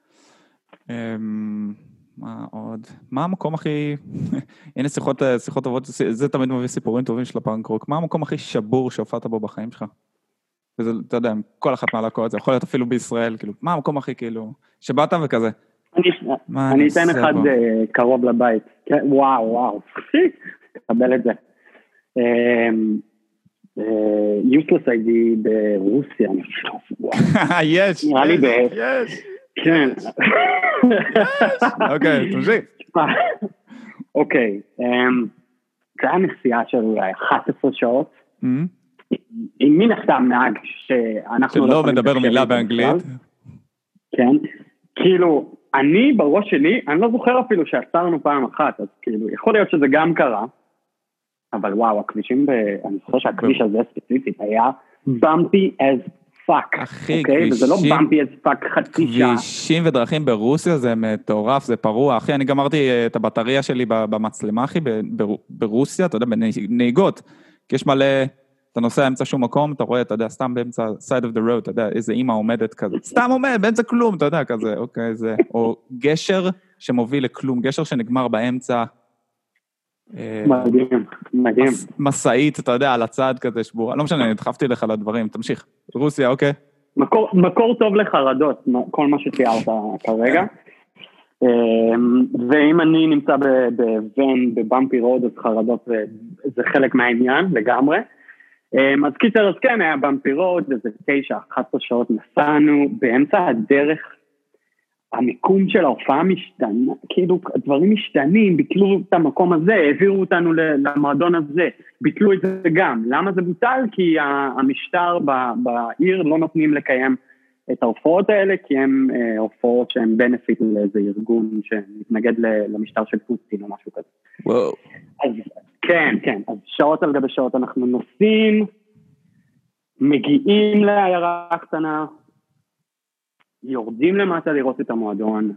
מה עוד? מה המקום הכי... הנה שיחות, שיחות טובות, זה תמיד מביא סיפורים טובים של הפאנק רוק. מה המקום הכי שבור שהופעת בו בחיים שלך? וזה, אתה יודע, כל אחת מהלהקות, זה יכול להיות אפילו בישראל, כאילו, מה המקום הכי, כאילו, שבאת וכזה? אני אתן אחד קרוב לבית. וואו, וואו. תקבל את זה. יוסלס איי-די ברוסיה. יש, יש. כן. אוקיי, תמשיך. אוקיי, זה היה נסיעה של אולי אחת עשרה שעות, עם מין הסתם נהג שאנחנו... שלא מדבר מילה באנגלית. כן, כאילו, אני בראש שלי, אני לא זוכר אפילו שעצרנו פעם אחת, אז כאילו, יכול להיות שזה גם קרה, אבל וואו, הכבישים, אני זוכר שהכביש הזה ספציפית היה bumpy as fuck, אחי, אוקיי? וזה לא bumpy as fuck חצי שעה. כבישים ודרכים ברוסיה זה מטורף, זה פרוע, אחי, אני גמרתי את הבטריה שלי במצלמה, אחי, ברוסיה, אתה יודע, בנהיגות, כי יש מלא, אתה נוסע אמצע שום מקום, אתה רואה, אתה יודע, סתם באמצע side of the road, אתה יודע, איזה אימא עומדת כזה, סתם עומד, באמצע כלום, אתה יודע, כזה, אוקיי, זה, או גשר שמוביל לכלום, גשר שנגמר באמצע, מדהים, מדהים. מסעית, אתה יודע, על הצד כזה שבורה, לא משנה, נדחפתי לך לדברים, תמשיך. רוסיה, אוקיי. מקור, מקור טוב לחרדות, כל מה שתיארת כרגע. ואם אני נמצא בוון, בבמפי רוד, אז חרדות זה חלק מהעניין, לגמרי. אז קיצר, אז כן, היה במפי רוד, וזה תשע, אחת עשרה שעות נסענו, באמצע הדרך, המיקום של ההופעה משתנה, כאילו דברים משתנים, ביטלו את המקום הזה, העבירו אותנו למועדון הזה, ביטלו את זה גם. למה זה בוטל? כי המשטר בעיר לא נותנים לקיים את ההופעות האלה, כי הם הופעות שהן בנפיט לאיזה ארגון שמתנגד למשטר של פוטין או משהו כזה. וואו. אז כן, כן, אז שעות על גבי שעות אנחנו נוסעים, מגיעים לעיירה קטנה, יורדים למטה לראות את המועדון,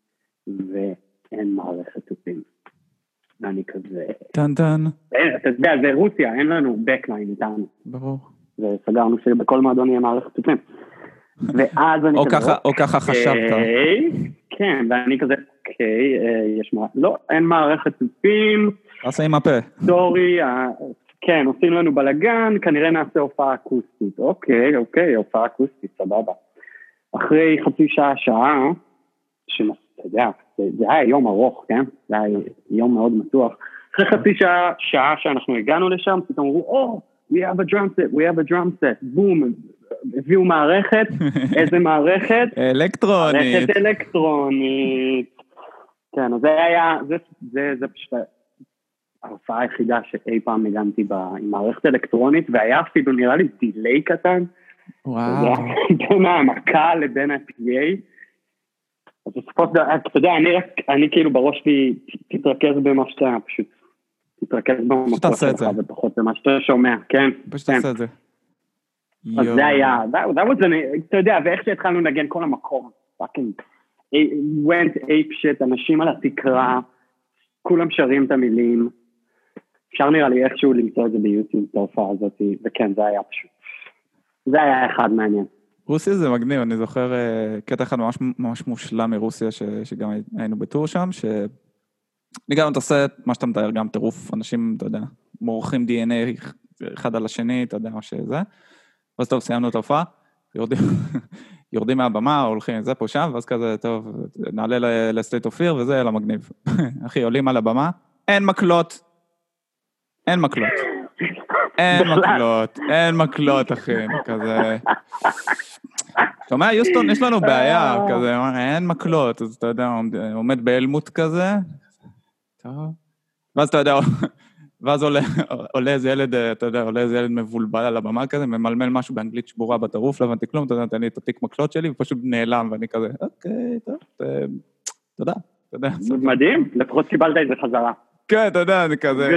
ואין מערכת תופים. ואני כזה... טן טן. אתה יודע, זה רוסיה, אין לנו בקליין איתנו. ברור. וסגרנו שבכל מועדון יהיה מערכת תופים. ואז אני כזה... או ככה חשבת. כן, ואני כזה, אוקיי, יש מה... לא, אין מערכת תופים. עשה עם הפה. סורי, כן, עושים לנו בלגן, כנראה נעשה הופעה אקוסטית. אוקיי, אוקיי, הופעה אקוסטית, סבבה. אחרי חצי שעה, שעה, שאתה יודע, זה, זה היה יום ארוך, כן? זה היה יום מאוד מתוח. אחרי חצי שעה, שעה שאנחנו הגענו לשם, פתאום אמרו, או, oh, we have a drum set, we have a drum set, בום, הביאו מערכת, איזה מערכת? אלקטרונית. מערכת אלקטרונית. כן, אז זה היה, זה, זה, זה פשוט ההופעה היחידה שאי פעם הגנתי בה עם מערכת אלקטרונית, והיה אפילו נראה לי דיליי קטן, וואו. בין העמקה לבין ה-פי איי. אז בסופו של דבר, אתה יודע, אני כאילו בראש לי, תתרכז במה שאתה, פשוט תתרכז במקום שלך, ופחות במה שאתה שומע, כן? פשוט תעשה את זה. אז זה היה, אתה יודע, ואיך שהתחלנו לנגן כל המקום, fucking, went ape shit, אנשים על התקרה, כולם שרים את המילים, אפשר נראה לי איכשהו למצוא את זה ביוטיוב, את ההופעה הזאת, וכן, זה היה פשוט. זה היה אחד מעניין. רוסיה זה מגניב, אני זוכר קטע אחד ממש, ממש מושלם מרוסיה, ש, שגם היינו בטור שם, שאני גם תעשה מה שאתה מתאר, גם טירוף, אנשים, אתה יודע, מורחים די אן איי אחד על השני, אתה יודע מה שזה, ואז טוב, סיימנו את ההופעה, יורדים, יורדים מהבמה, הולכים זה פה שם, ואז כזה, טוב, נעלה לסטייט אופיר, וזה אלא מגניב. אחי, עולים על הבמה, אין מקלות, אין מקלות. אין מקלות, אין מקלות, אחי, כזה. שומע, יוסטון, יש לנו בעיה, כזה, אין מקלות, אז אתה יודע, עומד באלמות כזה, טוב, ואז אתה יודע, ואז עולה, עולה איזה ילד, אתה יודע, עולה איזה ילד מבולבל על הבמה כזה, ממלמל משהו באנגלית שבורה בטירוף, לא הבנתי כלום, אתה יודע, תן לי את התיק מקלות שלי, ופשוט נעלם, ואני כזה, אוקיי, טוב, תודה, תודה. מדהים, לפחות קיבלת את זה חזרה. כן, אתה יודע, אני כזה...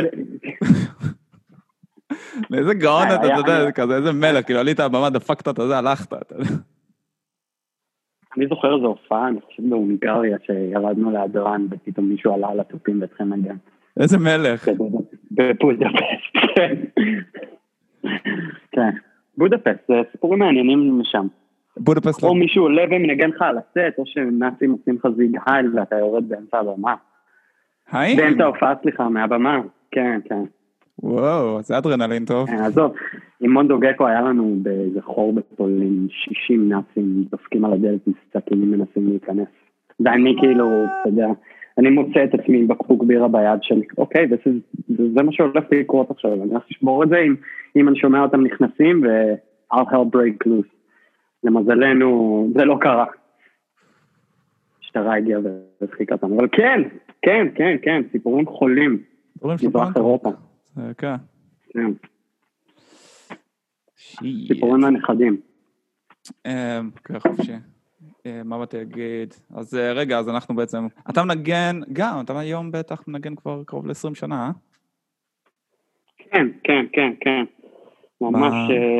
איזה גאון אתה, אתה יודע, כזה, איזה מלך, כאילו, עלית הבמה, דפקת, אתה יודע, הלכת, אתה יודע. אני זוכר איזו הופעה, אני חושב בהונגריה, שירדנו להדרן, ופתאום מישהו עלה על התופים והתחיל לנגן. איזה מלך. בבודפסט, כן. כן, בודפסט, זה סיפורים מעניינים משם. בודפסט... או מישהו עולה ומנגן לך על הסט, או שנאצים עושים לך זיג הייל, ואתה יורד באמצע הבמה. היי? באמצע ההופעה, סליחה, מהבמה, כן, כן. וואו, זה אדרנלין טוב. עזוב, עם מונדו גקו היה לנו באיזה חור בפולין, שישים נאצים דופקים על הדלת, מסתכלים, מנסים להיכנס. ואני כאילו, אתה יודע, אני מוצא את עצמי עם בקבוק בירה ביד שלי, אוקיי, זה, זה מה שהולך לקרות עכשיו, אני הולך לשבור את זה אם, אם אני שומע אותם נכנסים, ו-I'll hell break loose. למזלנו, זה לא קרה. משטרה הגיעה ושחיקה אותנו, אבל כן, כן, כן, כן, סיפורים חולים. סיפורים של מזרח אירופה. כן. כן. סיפורים לנכדים. כן, חופשי. מה באתי להגיד? אז רגע, אז אנחנו בעצם... אתה מנגן, גם, אתה היום בטח מנגן כבר קרוב ל-עשרים שנה, אה? כן, כן, כן, כן. ממש...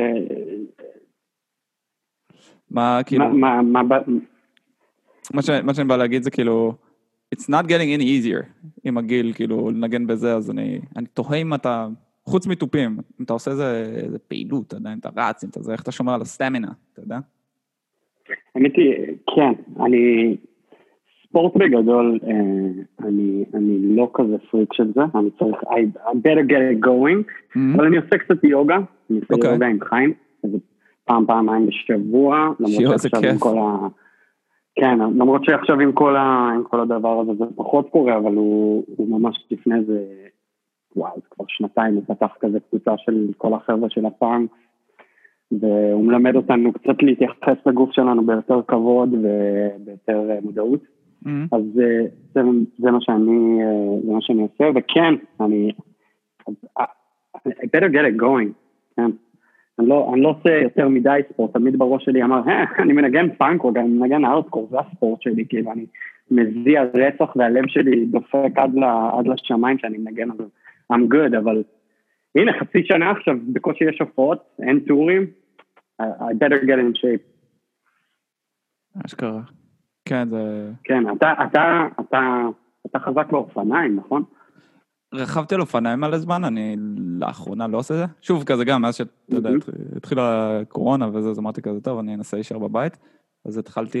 מה, כאילו... מה, מה, מה... מה שאני בא להגיד זה כאילו... It's not getting any easier עם הגיל, כאילו, לנגן בזה, אז אני... אני תוהה אם אתה... חוץ מטופים, אם אתה עושה איזה פעילות, אתה יודע, אם אתה רץ, אם אתה זה, איך אתה שומר על הסטמינה, אתה יודע? האמיתי, כן, אני... ספורט בגדול, אני, אני לא כזה פריק של זה, אני צריך, I, I better get it going, mm-hmm. אבל אני עושה קצת יוגה, אני עושה okay. יוגה עם חיים, איזה פעם, פעמיים בשבוע, למרות שעכשיו עם כל ה... כן, למרות שעכשיו עם כל, ה... עם כל הדבר הזה, זה פחות קורה, אבל הוא, הוא ממש לפני זה, וואו, זה כבר שנתיים, הוא פתח כזה קבוצה של כל החבר'ה של הפאנק, והוא מלמד אותנו קצת להתייחס לגוף שלנו ביותר כבוד וביותר מודעות. Mm-hmm. אז זה, זה, זה מה שאני, זה מה שאני עושה, וכן, אני, I better get it going, כן. אני לא, אני לא עושה יותר מדי ספורט, תמיד בראש שלי אמר, אני מנגן פאנק או גם מנגן הארדקור, זה הספורט שלי, כאילו אני מזיע רצח והלב שלי דופק עד, לה, עד לשמיים שאני מנגן, אז I'm good, אבל הנה, חצי שנה עכשיו, בקושי יש הופעות, אין טורים, I better get in shape. אשכרה. כן, זה... כן, אתה, אתה, אתה, אתה חזק באופניים, נכון? רכבתי על אופניים על הזמן, אני לאחרונה לא עושה זה. שוב, כזה גם, מאז שאתה יודע, התחילה קורונה וזה, אז אמרתי כזה, טוב, אני אנסה להישאר בבית. אז התחלתי,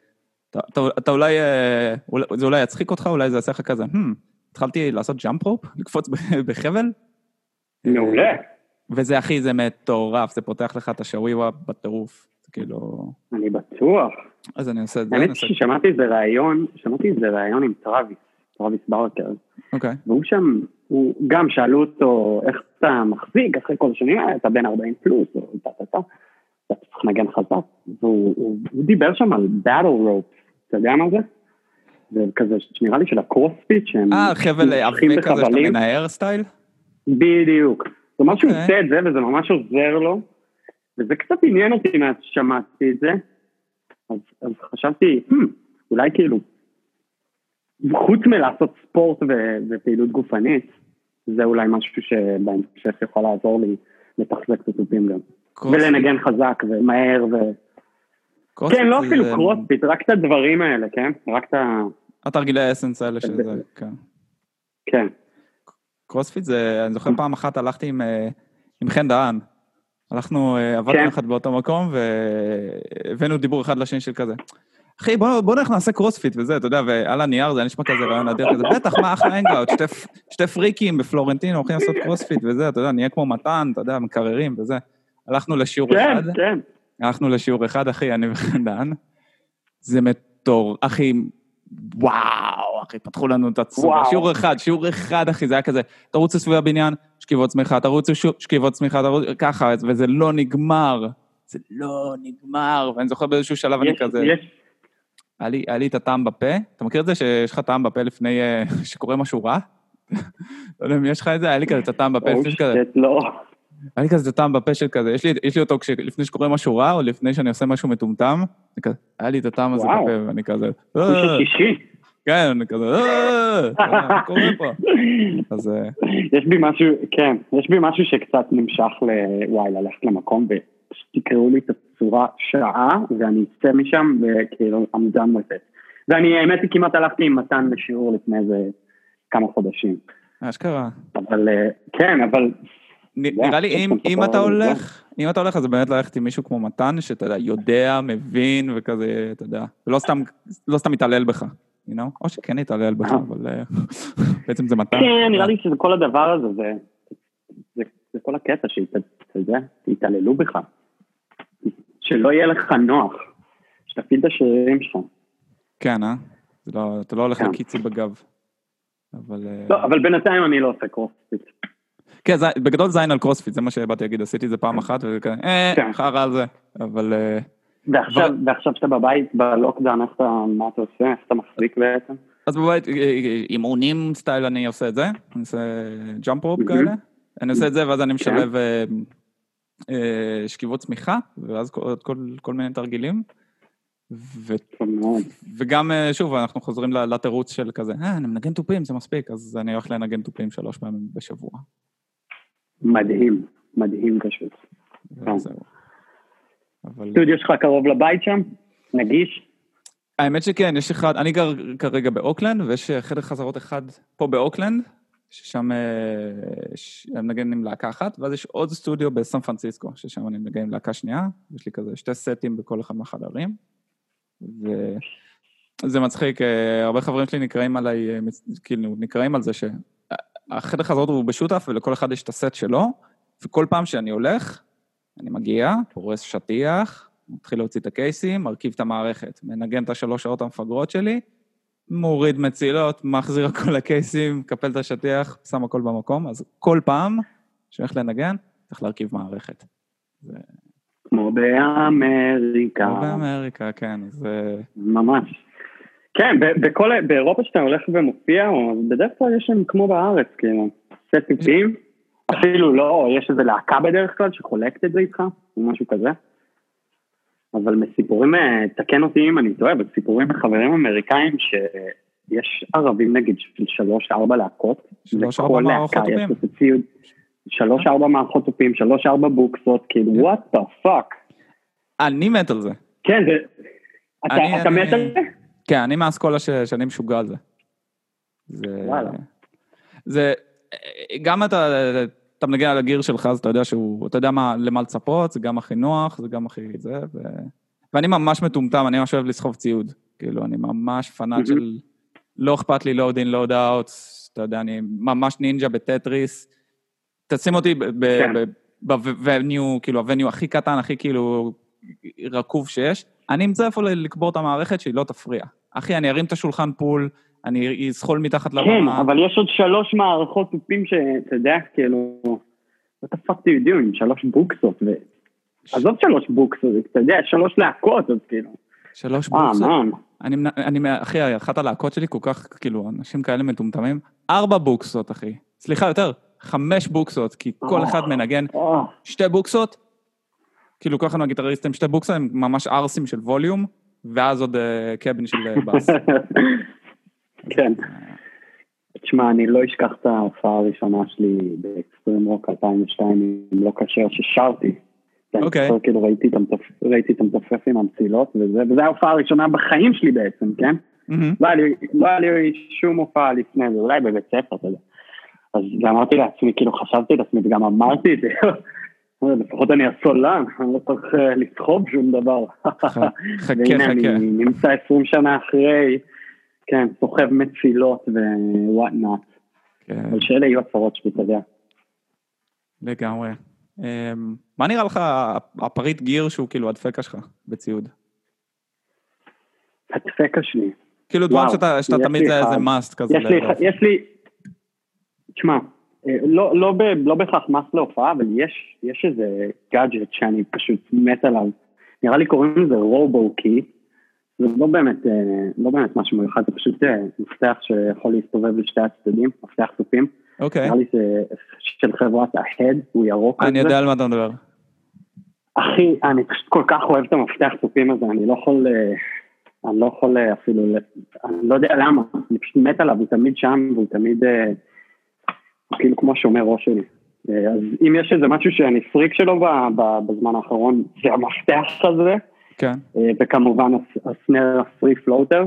אתה אולי, זה אולי יצחיק אותך, אולי זה יעשה לך כזה, התחלתי לעשות ג'אמפ רופ, לקפוץ בחבל. מעולה. וזה, אחי, זה מטורף, זה פותח לך את השוויבה בטירוף, כאילו... אני בטוח. אז אני עושה את זה. האמת ששמעתי איזה רעיון, שמעתי איזה רעיון עם טרוויס, טרוויס ברקר. אוקיי. והוא שם, הוא גם שאלו אותו, איך אתה מחזיק אחרי כל שנים, אתה בין ארבעים פלוס, או אתה, אתה, אתה, אתה צריך לנגן חזק. והוא דיבר שם על battle rope, אתה יודע מה זה? זה כזה, נראה לי של הקרוספיט, שהם... אה, חבל אבק כזה שאתה מנהר סטייל? בדיוק. זאת אומרת שהוא עושה את זה, וזה ממש עוזר לו, וזה קצת עניין אותי מה ששמעתי את זה, אז, אז חשבתי, hmm, אולי כאילו, חוץ מלעשות ספורט ו- ופעילות גופנית, זה אולי משהו שבהמשך יכול לעזור לי לתחזק את הטופים גם. ולנגן חזק ומהר ו... כן, לא אפילו קרוספיט, רק את הדברים האלה, כן? רק את ה... התרגילי האסנס האלה של זה, כן. כן. קרוספיט זה, אני זוכר פעם אחת הלכתי עם, עם חן דהן, הלכנו, עבדנו אחד באותו מקום, והבאנו דיבור אחד לשני של כזה. אחי, בוא, בוא נלך נעשה קרוספיט וזה, אתה יודע, ועל הנייר זה נשמע כזה רעיון אדיר כזה, בטח, מה אחלה הנגאוט, שתי, שתי פריקים בפלורנטין, הולכים לעשות קרוספיט וזה, אתה יודע, נהיה כמו מתן, אתה יודע, מקררים וזה. הלכנו לשיעור כן, אחד, כן. הלכנו לשיעור אחד, אחי, אני וחן דהן, זה מטור, אחי, וואו, אחי, פתחו לנו את הצורה, שיעור אחד, שיעור אחד, אחי, זה היה כזה, תרוץ לסביב הבניין, שכיבות צמיחה, תרוץ שכיבות צמיחה, תרוץ, ככה, וזה לא נגמר, זה לא נגמר, ואני זוכר באיזשהו שלב אני כזה, היה לי את הטעם בפה, אתה מכיר את זה שיש לך טעם בפה לפני שקורה משהו רע? לא יודע אם יש לך את זה, היה לי כזה את הטעם בפה, לפני שכזה, לא. היה לי כזה את הטעם בפה של כזה, יש לי, יש לי אותו לפני שקורה משהו רע, או לפני שאני עושה משהו מטומטם, היה לי את הטעם הזה בפה, ואני כזה, חוש השישי. כן, אני כזה, מה קורה פה? אז... יש בי משהו, כן, יש בי משהו שקצת נמשך לוואי, ללכת למקום, ותקראו לי את הצורה שעה, ואני אצא משם, וכאילו, I'm done with it. ואני, האמת היא, כמעט הלכתי עם מתן לשיעור לפני איזה כמה חודשים. מה שקרה? אבל, כן, אבל... נראה לי, אם אתה הולך, אם אתה הולך, אז באמת ללכת עם מישהו כמו מתן, שאתה יודע, יודע, מבין, וכזה, אתה יודע, ולא סתם, לא סתם מתעלל בך. You know? או שכן יתעלל בך, אבל בעצם זה מתן. כן, נראה לי שזה כל הדבר הזה, זה, זה, זה כל הקטע שאתה יודע, יתעללו בך. שלא יהיה לך נוח, שתפעיל את השרירים שלך. כן, אה? לא, אתה לא הולך לקיצי בגב. אבל... לא, אבל בינתיים אני לא עושה קרוספיט. כן, בגדול זין על קרוספיט, זה מה שבאתי להגיד, עשיתי את זה פעם אחת, וכזה, אה, חרה על זה, אבל... ועכשיו, ועכשיו שאתה בבית, בלוקדאון, איך אתה, מה אתה עושה? איך אתה מחזיק בעצם? אז בבית, אימונים סטייל אני עושה את זה, אני עושה ג'אמפ רופ כאלה, אני עושה את זה, ואז אני משלב שכיבות צמיחה, ואז כל מיני תרגילים, וגם, שוב, אנחנו חוזרים לתירוץ של כזה, אה, אני מנגן טופים, זה מספיק, אז אני הולך לנגן טופים שלוש פעמים בשבוע. מדהים, מדהים פשוט. זהו. סטודיו שלך קרוב לבית שם? נגיש? האמת שכן, יש אחד, אני גר כרגע באוקלנד, ויש חדר חזרות אחד פה באוקלנד, ששם הם נגן עם להקה אחת, ואז יש עוד סטודיו בסן פרנסיסקו, ששם אני מנגן עם להקה שנייה, יש לי כזה שתי סטים בכל אחד מהחדרים, וזה מצחיק, הרבה חברים שלי נקראים עליי, כאילו, נקראים על זה שהחדר חזרות הוא בשותף, ולכל אחד יש את הסט שלו, וכל פעם שאני הולך, אני מגיע, פורס שטיח, מתחיל להוציא את הקייסים, מרכיב את המערכת, מנגן את השלוש שעות המפגרות שלי, מוריד מצילות, מחזיר הכל לקייסים, קפל את השטיח, שם הכל במקום, אז כל פעם שהולך לנגן, צריך להרכיב מערכת. זה... כמו באמריקה. כמו באמריקה, כן, זה... ממש. כן, בכל, באירופה שאתה הולך ומופיע, בדרך כלל יש שם כמו בארץ, כאילו, סטים, אפילו לא, יש איזה להקה בדרך כלל שחולקת את זה איתך, או משהו כזה. אבל מסיפורים, תקן אותי אם אני טועה, בסיפורים מחברים אמריקאים שיש ערבים נגיד של שלוש ארבע להקות. שלוש ארבע מערכות טופים. שלוש ארבע מערכות טופים, שלוש ארבע בוקסות, כאילו, what the fuck. אני מת על זה. כן, אתה מת על זה? כן, אני מהאסכולה שאני משוגע על זה. וואלה. זה, גם אתה... אתה מנגן על הגיר שלך, אז אתה יודע שהוא, אתה יודע מה, למה לצפות, זה גם הכי נוח, זה גם הכי זה, ו... ואני ממש מטומטם, אני ממש אוהב לסחוב ציוד, כאילו, אני ממש פנאט של, לא אכפת לי load in, load out, אתה יודע, אני ממש נינג'ה בטטריס, תשים אותי בווניו, כאילו, הווניו הכי קטן, הכי כאילו, רכוב שיש, אני אמצא איפה לקבור את המערכת שהיא לא תפריע. אחי, אני ארים את השולחן פול, אני אסחול מתחת לבמה. כן, אבל יש עוד שלוש מערכות טופים שאתה יודע, כאילו, what the fuck do you doing? שלוש בוקסות, אז עוד שלוש בוקסות, אתה יודע, שלוש להקות, אז כאילו. שלוש בוקסות? אני, אחי, אחת הלהקות שלי כל כך, כאילו, אנשים כאלה מטומטמים, ארבע בוקסות, אחי. סליחה, יותר, חמש בוקסות, כי כל אחד מנגן שתי בוקסות, כאילו, כל אחד מהגיטריסטים, שתי בוקסות, הם ממש ארסים של ווליום, ואז עוד קאבין של בס. כן. תשמע, אני לא אשכח את ההופעה הראשונה שלי באקסטרים רוק אלפיים ושתיים, אם לא כאשר ששרתי. אוקיי. כאילו ראיתי את המתופף עם המצילות, וזה ההופעה הראשונה בחיים שלי בעצם, כן? לא היה לי שום הופעה לפני, זה אולי בבית ספר, אתה יודע. אז אמרתי לעצמי, כאילו חשבתי לעצמי, וגם אמרתי את זה, לפחות אני הסולן, אני לא צריך לסחוב שום דבר. חכה, והנה אני נמצא עשרים שנה אחרי, כן, סוחב מצילות ו-what not. אבל שאלה יהיו הפרות שלי, אתה יודע. לגמרי. מה נראה לך הפריט גיר שהוא כאילו הדפקה שלך בציוד? הדפקה שלי. כאילו דבר שאתה תמיד זה איזה מאסט כזה. יש לי, תשמע, לא בהכרח מאסט להופעה, אבל יש איזה גאדג'ט שאני פשוט מת עליו. נראה לי קוראים לזה רובו-קי. זה לא באמת, לא באמת משהו מיוחד, זה פשוט מפתח שיכול להסתובב לשתי הצדדים, מפתח צופים. אוקיי. נראה לי זה של חברת ההד, הוא ירוק. אני יודע על מה אתה מדבר. אחי, אני פשוט כל כך אוהב את המפתח צופים הזה, אני לא יכול, אני לא יכול אפילו, אני לא יודע למה, אני פשוט מת עליו, הוא תמיד שם, והוא תמיד, כאילו כמו שומר ראש שלי. אז אם יש איזה משהו שאני פריק שלו בזמן האחרון, זה המפתח הזה, כן. וכמובן הסנר הפרי פלוטר,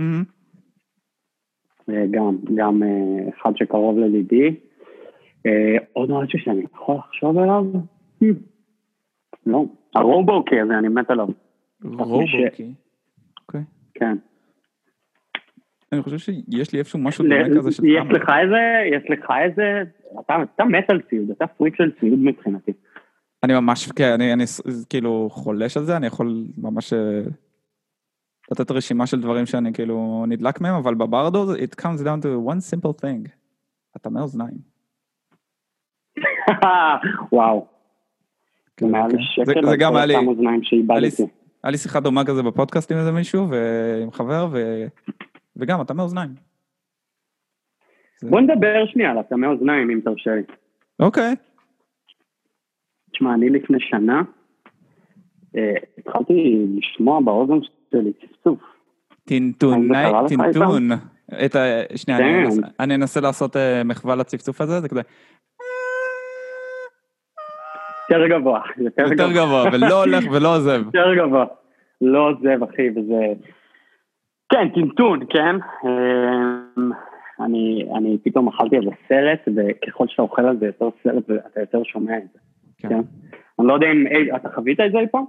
גם, גם אחד שקרוב לליבי. עוד משהו שאני יכול לחשוב עליו? לא, הרובוקי הזה, אני מת עליו. רובוקי? אוקיי. כן. אני חושב שיש לי איפשהו משהו דומה כזה של... יש לך איזה, יש לך איזה, אתה מת על ציוד, אתה פריק של ציוד מבחינתי. אני ממש, כן, אני, אני כאילו חולש על זה, אני יכול ממש לתת רשימה של דברים שאני כאילו נדלק מהם, אבל בברדו, it comes down to one simple thing. אתה מאוזניים. וואו. זה גם היה לי, היה לי שיחה דומה כזה בפודקאסט עם איזה מישהו, ועם חבר, וגם אתה מאוזניים. בוא נדבר שנייה על אתה מאוזניים, אם תרשה לי. אוקיי. תשמע, אני לפני שנה, התחלתי לשמוע באוזן שלי צפצוף. טינטוני, טינטון. שנייה, אני אנסה לעשות מחווה לצפצוף הזה, זה כזה... יותר גבוה. יותר גבוה, ולא הולך ולא עוזב. יותר גבוה. לא עוזב, אחי, וזה... כן, טינטון, כן. אני פתאום אכלתי על הסרט, וככל שאתה אוכל על זה יותר סרט, אתה יותר שומע את זה. כן. אני לא יודע אם... אתה חווית את זה פה?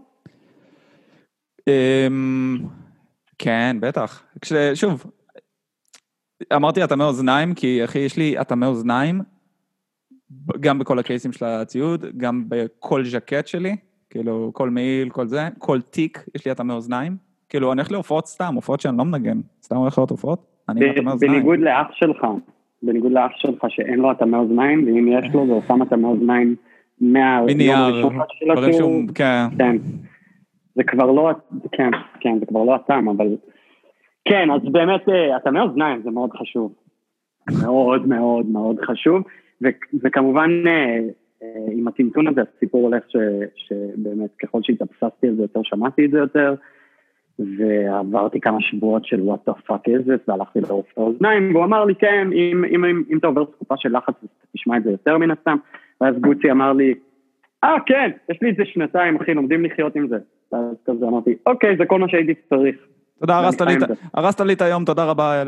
כן, בטח. שוב, אמרתי אטמי אוזניים, כי אחי, יש לי אטמי אוזניים, גם בכל הקייסים של הציוד, גם בכל ז'קט שלי, כאילו, כל מעיל, כל זה, כל תיק, יש לי אטמי אוזניים. כאילו, אני הולך להופעות סתם, הופעות שאני לא מנגן. סתם הולך להיות הופעות, אני עם אטמי אוזניים. בניגוד לאח שלך, בניגוד לאח שלך שאין לו אטמי אוזניים, ואם יש לו, זה אותם אטמי אוזניים מנייר, דברים שהוא, כן. כן. זה כבר לא, כן, כן, זה כבר לא אטם, אבל... כן, אז באמת, אטמי אוזניים זה מאוד חשוב. מאוד מאוד מאוד חשוב. וכמובן, עם הטינטון הזה, הסיפור הולך שבאמת, ככל שהתאבססתי על זה יותר, שמעתי את זה יותר, ועברתי כמה שבועות של what the fuck is this, והלכתי לרופא האוזניים, והוא אמר לי, כן, אם, אם, אם, אם אתה עובר תקופה של לחץ, אז תשמע את זה יותר מן הסתם, ואז גוצי אמר לי, אה, כן, יש לי את זה שנתיים, אחי, לומדים לחיות עם זה. ואז כזה אמרתי, אוקיי, זה כל מה שהייתי צריך. תודה, הרסת לי את היום, תודה רבה.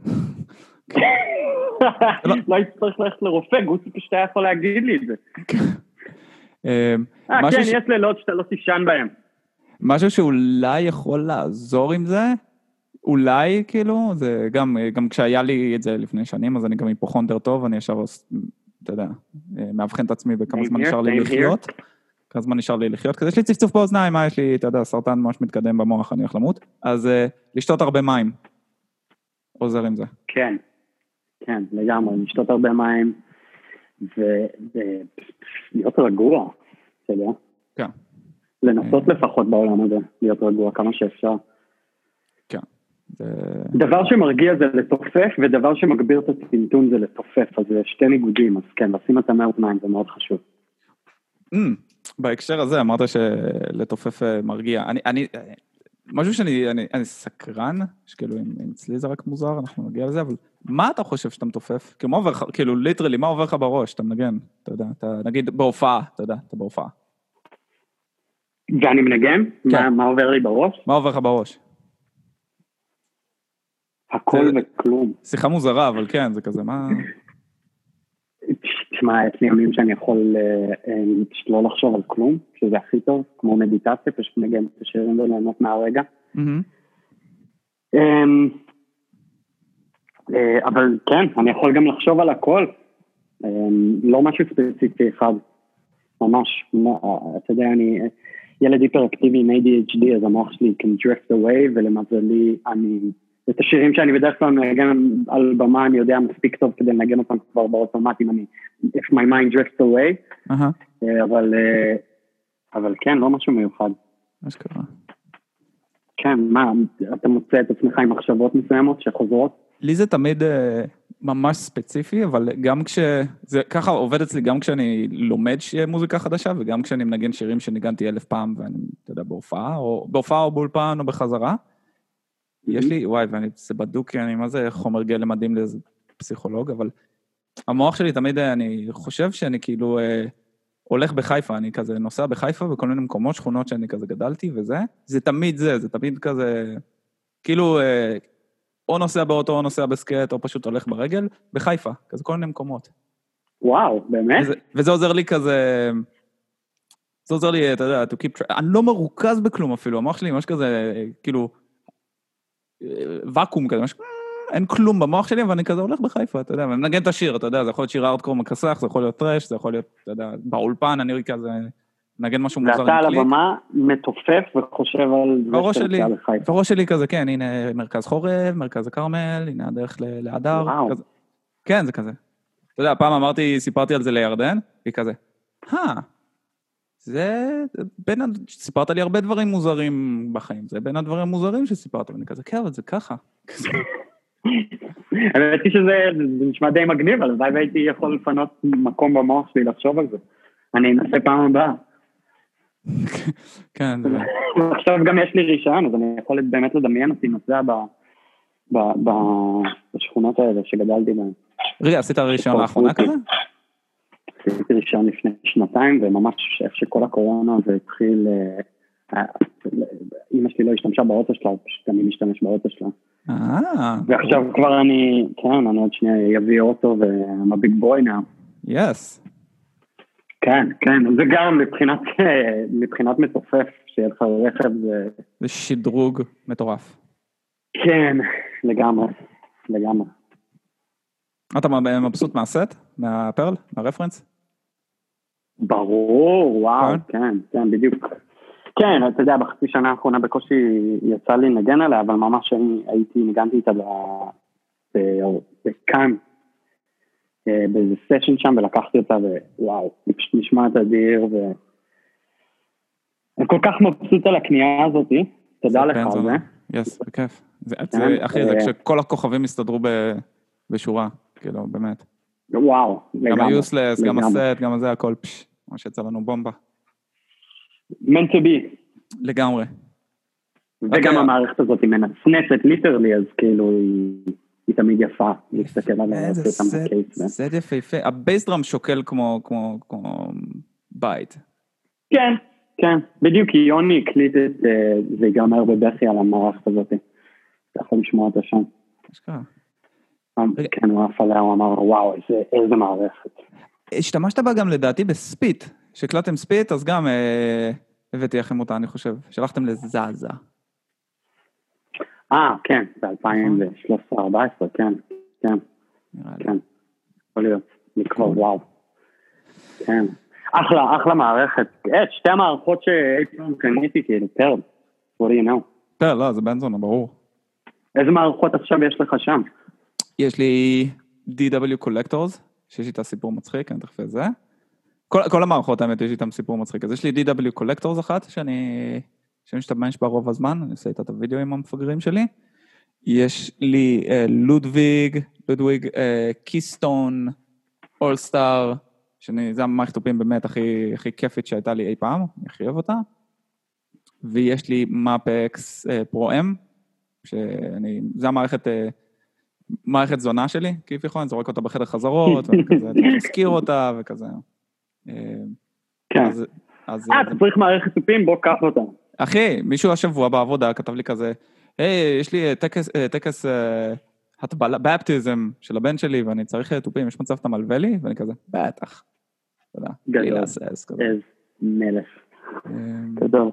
לא הייתי צריך ללכת לרופא, גוצי פשוט היה יכול להגיד לי את זה. אה, כן, יש לילות שאתה לא תישן בהם. משהו שאולי יכול לעזור עם זה, אולי כאילו, זה גם, גם כשהיה לי את זה לפני שנים, אז אני גם היפוכונדר טוב, אני ישר, אתה יודע, מאבחן את עצמי בכמה זמן נשאר לי לחיות, כמה זמן נשאר לי לחיות, כזה יש לי צפצוף באוזניים, מה יש לי, אתה יודע, סרטן ממש מתקדם במוח, אני הולך למות, אז לשתות הרבה מים, עוזר עם זה. כן, כן, לגמרי, לשתות הרבה מים, ולהיות רגוע, אתה יודע? כן. לנסות לפחות בעולם הזה, להיות רגוע כמה שאפשר. כן. דבר שמרגיע זה לתופף, ודבר שמגביר את הטינטון זה לתופף, אז זה שתי ניגודים, אז כן, לשים את המאוזניים זה מאוד חשוב. בהקשר הזה אמרת שלתופף מרגיע. אני, משהו שאני אני סקרן, שכאילו אם אצלי זה רק מוזר, אנחנו נגיע לזה, אבל מה אתה חושב שאתה מתופף? כאילו ליטרלי, מה עובר לך בראש? אתה מנגן, אתה יודע, אתה נגיד בהופעה, אתה יודע, אתה בהופעה. ואני מנגן? מה, מה עובר לי בראש? מה עובר לך בראש? הכל וכלום. שיחה מוזרה, אבל כן, זה כזה, מה... תשמע, יש לי ימים שאני יכול לא לחשוב על כלום, שזה הכי טוב, כמו מדיטציה, פשוט מנגן את השירים וליהנות מהרגע. אבל כן, אני יכול גם לחשוב על הכל. לא משהו ספציפי אחד. ממש, אתה יודע, אני... ילד היפראקטיבי עם איי די אייץ' די, אז המוח שלי can drift away, ולמזלי, אני, את השירים שאני בדרך כלל מנגן על במה, אני יודע מספיק טוב כדי לנגן אותם כבר באוטומטים, אני, if my mind drifts away, אבל, אבל כן, לא משהו מיוחד. מה שקרה? כן, מה, אתה מוצא את עצמך עם מחשבות מסוימות שחוזרות? לי זה תמיד ממש ספציפי, אבל גם כש... זה ככה עובד אצלי גם כשאני לומד מוזיקה חדשה, וגם כשאני מנגן שירים שניגנתי אלף פעם, ואני, אתה יודע, בהופעה, או בהופעה או באולפן או בחזרה. יש לי, וואי, ואני, זה בדוק, אני, מה זה חומר גלם מדהים לאיזה פסיכולוג, אבל המוח שלי תמיד, אני חושב שאני כאילו אה, הולך בחיפה, אני כזה נוסע בחיפה בכל מיני מקומות, שכונות שאני כזה גדלתי וזה, זה תמיד זה, זה תמיד כזה, כאילו, אה, או נוסע באוטו, או נוסע בסקט, או פשוט הולך ברגל, בחיפה, כזה כל מיני מקומות. וואו, באמת? וזה, וזה עוזר לי כזה, זה עוזר לי, אתה יודע, to keep track, אני לא מרוכז בכלום אפילו, המוח שלי ממש כזה, כאילו, ואקום כזה, משהו, אין כלום במוח שלי, אבל אני כזה הולך בחיפה, אתה יודע, ואני מנגן את השיר, אתה יודע, זה יכול להיות שיר ארטקור מכסח, זה יכול להיות טרש, זה יכול להיות, אתה יודע, באולפן, אני כזה, מנגן משהו מוזר עם קליק. ואתה על הבמה מתופף וחושב על זה בראש שלי, שאתה בחיפה. בראש שלי כזה, כן, הנה מרכז חורב, מרכז הכרמל, הנה הדרך להדר, כזה. כן, זה כזה. אתה יודע, פעם אמרתי, סיפרתי על זה לירדן, היא כזה, אה, זה בין, סיפרת לי הרבה דברים מוזרים בחיים, זה בין הדברים המוזרים שסיפרת, ואני כזה, כן, אבל זה ככה. האמת היא שזה נשמע די מגניב, אבל אולי הייתי יכול לפנות מקום במוח שלי לחשוב על זה. אני אנסה פעם הבאה. כן, זה... עכשיו גם יש לי רישיון, אז אני יכול באמת לדמיין אותי נוסע בשכונות האלה שגדלתי בהן. רגע, עשית הרישיון לאחרונה כזה? עשיתי רישיון לפני שנתיים, וממש איך שכל הקורונה זה התחיל, אמא שלי לא השתמשה באוטו שלה, פשוט אני משתמש באוטו שלה. ועכשיו כבר אני, כן, אני עוד שנייה יביא אוטו, ואני הביג בוי נאו. יס. כן, כן, זה גם מבחינת, מבחינת מתופף, שיהיה לך רכב זה... זה שדרוג מטורף. כן, לגמרי, לגמרי. אתה מבסוט מהסט? מהפרל? מהרפרנס? ברור, וואו, כן, כן, בדיוק. כן, אתה יודע, בחצי שנה האחרונה בקושי יצא לי לנגן עליה, אבל ממש הייתי, ניגנתי איתה בכאן, באיזה סשן שם, ולקחתי אותה, ווואו, היא פשוט נשמעת אדיר, ו... אני כל כך מבסוט על הקנייה הזאת, תודה לך על זה. יס, בכיף. אחי, זה כשכל הכוכבים הסתדרו בשורה, כאילו, באמת. וואו, לגמרי. גם היוסלס, גם הסט, גם זה, הכל פש, מה שיצא לנו בומבה. meant to be. לגמרי. וגם המערכת הזאת היא מנצנצת, ליטרלי, אז כאילו היא תמיד יפה, להסתכל עליה. איזה סט יפהפה. הבייסדרם שוקל כמו בית. כן, כן. בדיוק, יוני הקליט את זה ייגמר בבכי על המערכת הזאת. אתה יכול לשמוע אותה שם. אשכרה. כן, הוא אף עליה, הוא אמר, וואו, איזה מערכת. השתמשת בה גם לדעתי בספיט. שקלטתם ספיט, אז גם הבאתי לכם אותה, אני חושב. שלחתם לזעזע. אה, כן, ב-אלפיים ושלוש עשרה ארבע עשרה, כן, כן, כן. יכול להיות, לקרוא, וואו. כן. אחלה, אחלה מערכת. את שתי המערכות שהייתי קניתי, כאילו, פרל. What do you know? פרל, לא, זה בן זונה, ברור. איזה מערכות עכשיו יש לך שם? יש לי די דאבליו Collectors, שיש איתה סיפור מצחיק, אני תכף את זה. כל, כל המערכות האמת יש איתם סיפור מצחיק, אז יש לי די דאבליו Collectors אחת, שאני, שאני משתמש בה רוב הזמן, אני עושה איתה את הוידאו עם המפגרים שלי, יש לי uh, לודוויג, לודוויג, uh, קיסטון, אולסטאר, שאני, זה המערכת תופים באמת הכי, הכי כיפית שהייתה לי אי פעם, אני הכי אוהב אותה, ויש לי מאפקס uh, פרו-אם, שאני, זה המערכת, uh, מערכת זונה שלי, כביכול, אני זורק אותה בחדר חזרות, ואני כזה, תזכיר אותה, וכזה. כן. אה, אתה צריך מערכת תופים, בוא קח אותה. אחי, מישהו השבוע בעבודה כתב לי כזה, היי, יש לי טקס הטבלה, בפטיזם של הבן שלי, ואני צריך תופים, יש מצב אתה מלווה לי? ואני כזה, בטח. תודה. גדול. איזה מלך. גדול.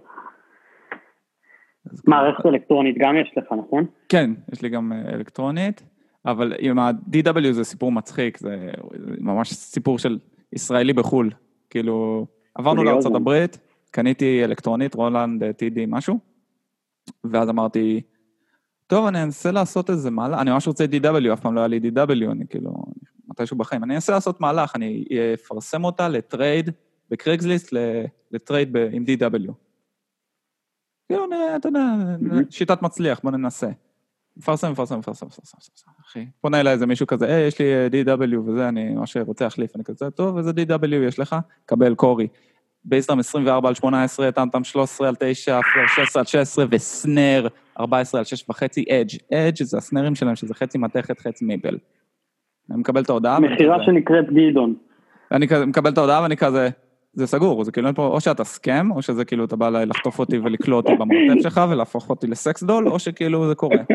מערכת אלקטרונית גם יש לך, נכון? כן, יש לי גם אלקטרונית, אבל עם ה-די דאבליו זה סיפור מצחיק, זה ממש סיפור של ישראלי בחול, כאילו, עברנו לארצות הברית, קניתי אלקטרונית, רולנד, טי די, משהו, ואז אמרתי, טוב, אני אנסה לעשות איזה מהלך, אני ממש רוצה די דאבליו, אף פעם לא היה לי די דאבליו, אני כאילו, מתישהו בחיים, אני אנסה לעשות מהלך, אני אפרסם אותה לטרייד, בקריגסליסט, לטרייד עם די דאבליו. כאילו נראה, אתה יודע, שיטת מצליח, בוא ננסה. מפרסם, מפרסם, מפרסם, מפרסם, מפרסם, אחי. פונה אליי איזה מישהו כזה, היי, יש לי די דאבליו וזה, אני ממש רוצה להחליף, אני כזה, טוב, איזה די דאבליו יש לך? קבל קורי. בייסטרם עשרים וארבע על שמונה עשרה, טמטם שלוש עשרה על תשע, פלור שש עשרה על שש עשרה, וסנר ארבע עשרה על שש וחצי, אדג'. אדג' זה הסנרים שלהם, שזה חצי מתכת, חצי מיפל. אני מקבל את ההודעה. מחירה שנקראת גדעון. אני מקבל את ההודעה ואני כזה, זה סגור, זה כאילו פה, או שאתה סקם, או שזה כאילו אתה בא לחטוף אותי ולקלוא אותי במרתף שלך ולהפוך אותי לסקס דול, או שכאילו זה קורה.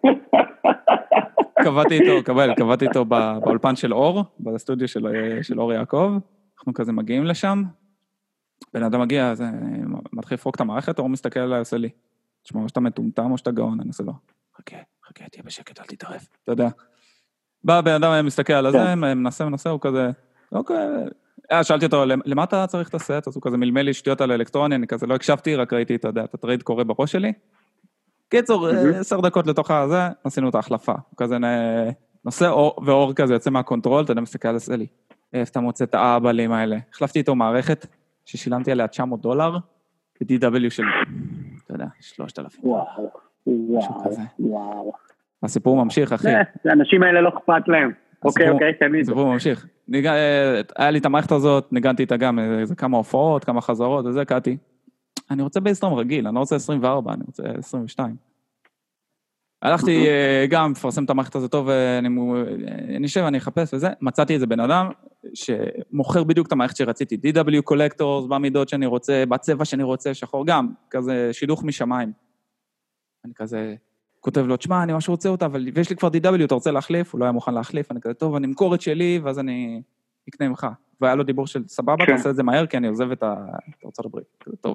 קבעתי איתו, קבל, קבעתי איתו באולפן של אור, בסטודיו של, של אור יעקב, אנחנו כזה מגיעים לשם, בן אדם מגיע, אז מתחיל לפרוק את המערכת, אור מסתכל עליי, עושה לי, תשמע, או שאתה מטומטם או שאתה גאון, אני עושה לו, חכה, חכה, תהיה בשקט, אל תתערב, אתה יודע. בא בן אדם מסתכל על הזה, מנסה, מנסה, הוא כזה, אוקיי, אה, שאלתי אותו, למה אתה צריך את הסט? אז הוא כזה מלמל לי שטויות על אלקטרוני, אני כזה לא הקשבתי, רק ראיתי, אתה יודע, את הטרייד קורה בראש שלי. קיצור, עשר דקות לתוך הזה, עשינו את ההחלפה. הוא כזה נושא ואור כזה יוצא מהקונטרול, אתה יודע, מסתכל על זה לי. איפה אתה מוצא את האבלים האלה? החלפתי איתו מערכת ששילמתי עליה תשע מאות דולר, ב-די דאבליו של, אתה יודע, שלושת אלפים. וואו, וואו, וואו. הסיפור ממשיך, אחי. האנשים האלה לא אכפת להם. אוקיי, אוקיי, תמיד. הסיפור ממשיך. היה לי את המערכת הזאת, ניגנתי איתה גם איזה כמה הופעות, כמה חזרות, וזה, קעתי. אני רוצה בייסטרם רגיל, אני לא רוצה עשרים וארבע, אני רוצה עשרים ושתיים. הלכתי גם, מפרסם את המערכת הזאת טוב, אני אשב, אני אחפש וזה, מצאתי איזה בן אדם, שמוכר בדיוק את המערכת שרציתי, די דאבליו קולקטורס, במידות שאני רוצה, בצבע שאני רוצה, שחור גם, כזה שידוך משמיים. אני כזה כותב לו, תשמע, אני ממש רוצה אותה, אבל ויש לי כבר די דאבליו, אתה רוצה להחליף? הוא לא היה מוכן להחליף, אני כזה, טוב, אני אמכור את שלי, ואז אני אקנה ממך. והיה לו דיבור של סבבה, תעשה את זה מהר, כי אני עוזב את ארצות הברית. כזה טוב.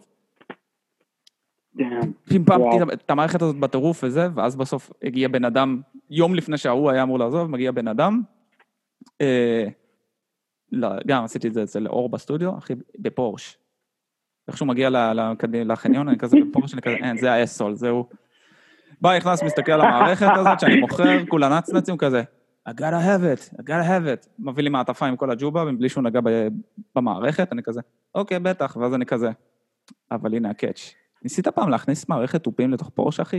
פימפמתי את המערכת הזאת בטירוף וזה, ואז בסוף הגיע בן אדם, יום לפני שההוא היה אמור לעזוב, מגיע בן אדם, גם עשיתי את זה אצל אור בסטודיו, אחי, בפורש. איכשהו מגיע לחניון, אני כזה בפורש, אני כזה, אין, זה האסול, זהו. בא, נכנס, מסתכל על המערכת הזאת, שאני מוכר, כולה נצנצים כזה, I gotta have it, I gotta have it. מביא לי מעטפה עם כל הג'ובה, בלי שהוא נגע במערכת, אני כזה, אוקיי, בטח, ואז אני כזה, אבל הנה הקאץ'. ניסית פעם להכניס מערכת טופים לתוך פורש, אחי?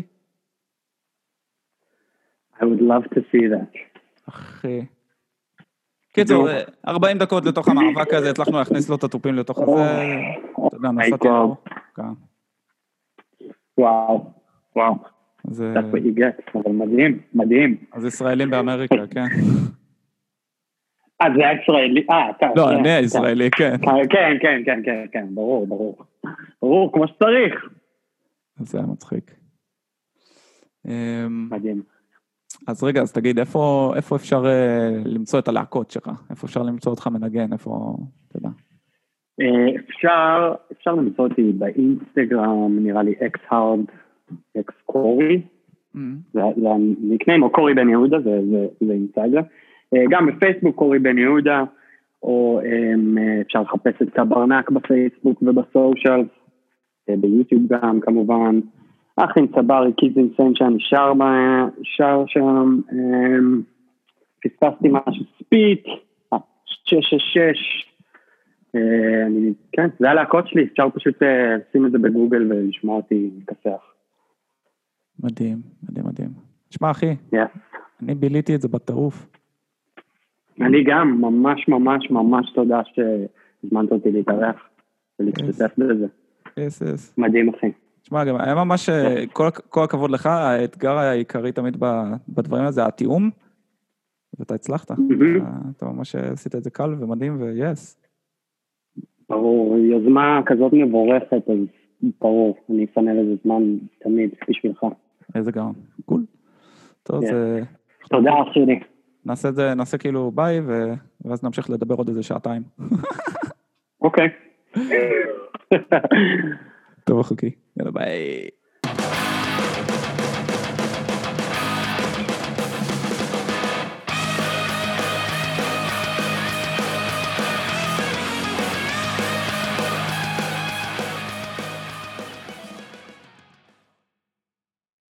I would love to see that. אחי. קיצור, ארבעים דקות לתוך המאבק הזה, הצלחנו להכניס לו את הטופים לתוך הזה, אתה יודע, נסעתי לו. וואו, וואו. That's what you get, אבל מדהים, מדהים. אז ישראלים באמריקה, כן. אה, זה ישראלי, אה, כן. לא, אני הישראלי, כן. כן, כן, כן, כן, כן, ברור, ברור. ברור, כמו שצריך. זה היה מצחיק. מדהים. אז רגע, אז תגיד, איפה, איפה אפשר למצוא את הלהקות שלך? איפה אפשר למצוא אותך מנגן? איפה, אתה יודע? אפשר, אפשר למצוא אותי באינסטגרם, נראה לי אקס-הארד, אקס-קורי. זה הניקניים, או קורי בן יהודה, זה אינסטגרם. גם בפייסבוק קורי בן יהודה, או אפשר לחפש את קברנק בפייסבוק ובסושיאל, ביוטיוב גם כמובן, אחים צברי, קידס אינסיין שאני שר, שר שם, פספסתי משהו ספיט, שש שש שש, כן, זה הלהקות שלי, אפשר פשוט לשים את זה בגוגל ולשמוע אותי מכסח. מדהים, מדהים, מדהים. תשמע אחי, yeah. אני ביליתי את זה בטירוף. אני גם, ממש ממש ממש תודה שהזמנת אותי להתארח ולהשתתף בזה. יס, יס. מדהים אחי. תשמע, גם היה ממש, כל, כל הכבוד לך, האתגר העיקרי תמיד בדברים הזה, התיאום, ואתה הצלחת. Mm-hmm. אתה, אתה ממש עשית את זה קל ומדהים ויס. ברור, יוזמה כזאת מבורכת, אז ברור, אני אפנה לזה זמן תמיד בשבילך. איזה גאון, קול. טוב, yeah. זה... תודה אחי לי. נעשה את זה, נעשה כאילו ביי, ואז נמשיך לדבר עוד איזה שעתיים. אוקיי. טוב, חוקי. יאללה, ביי.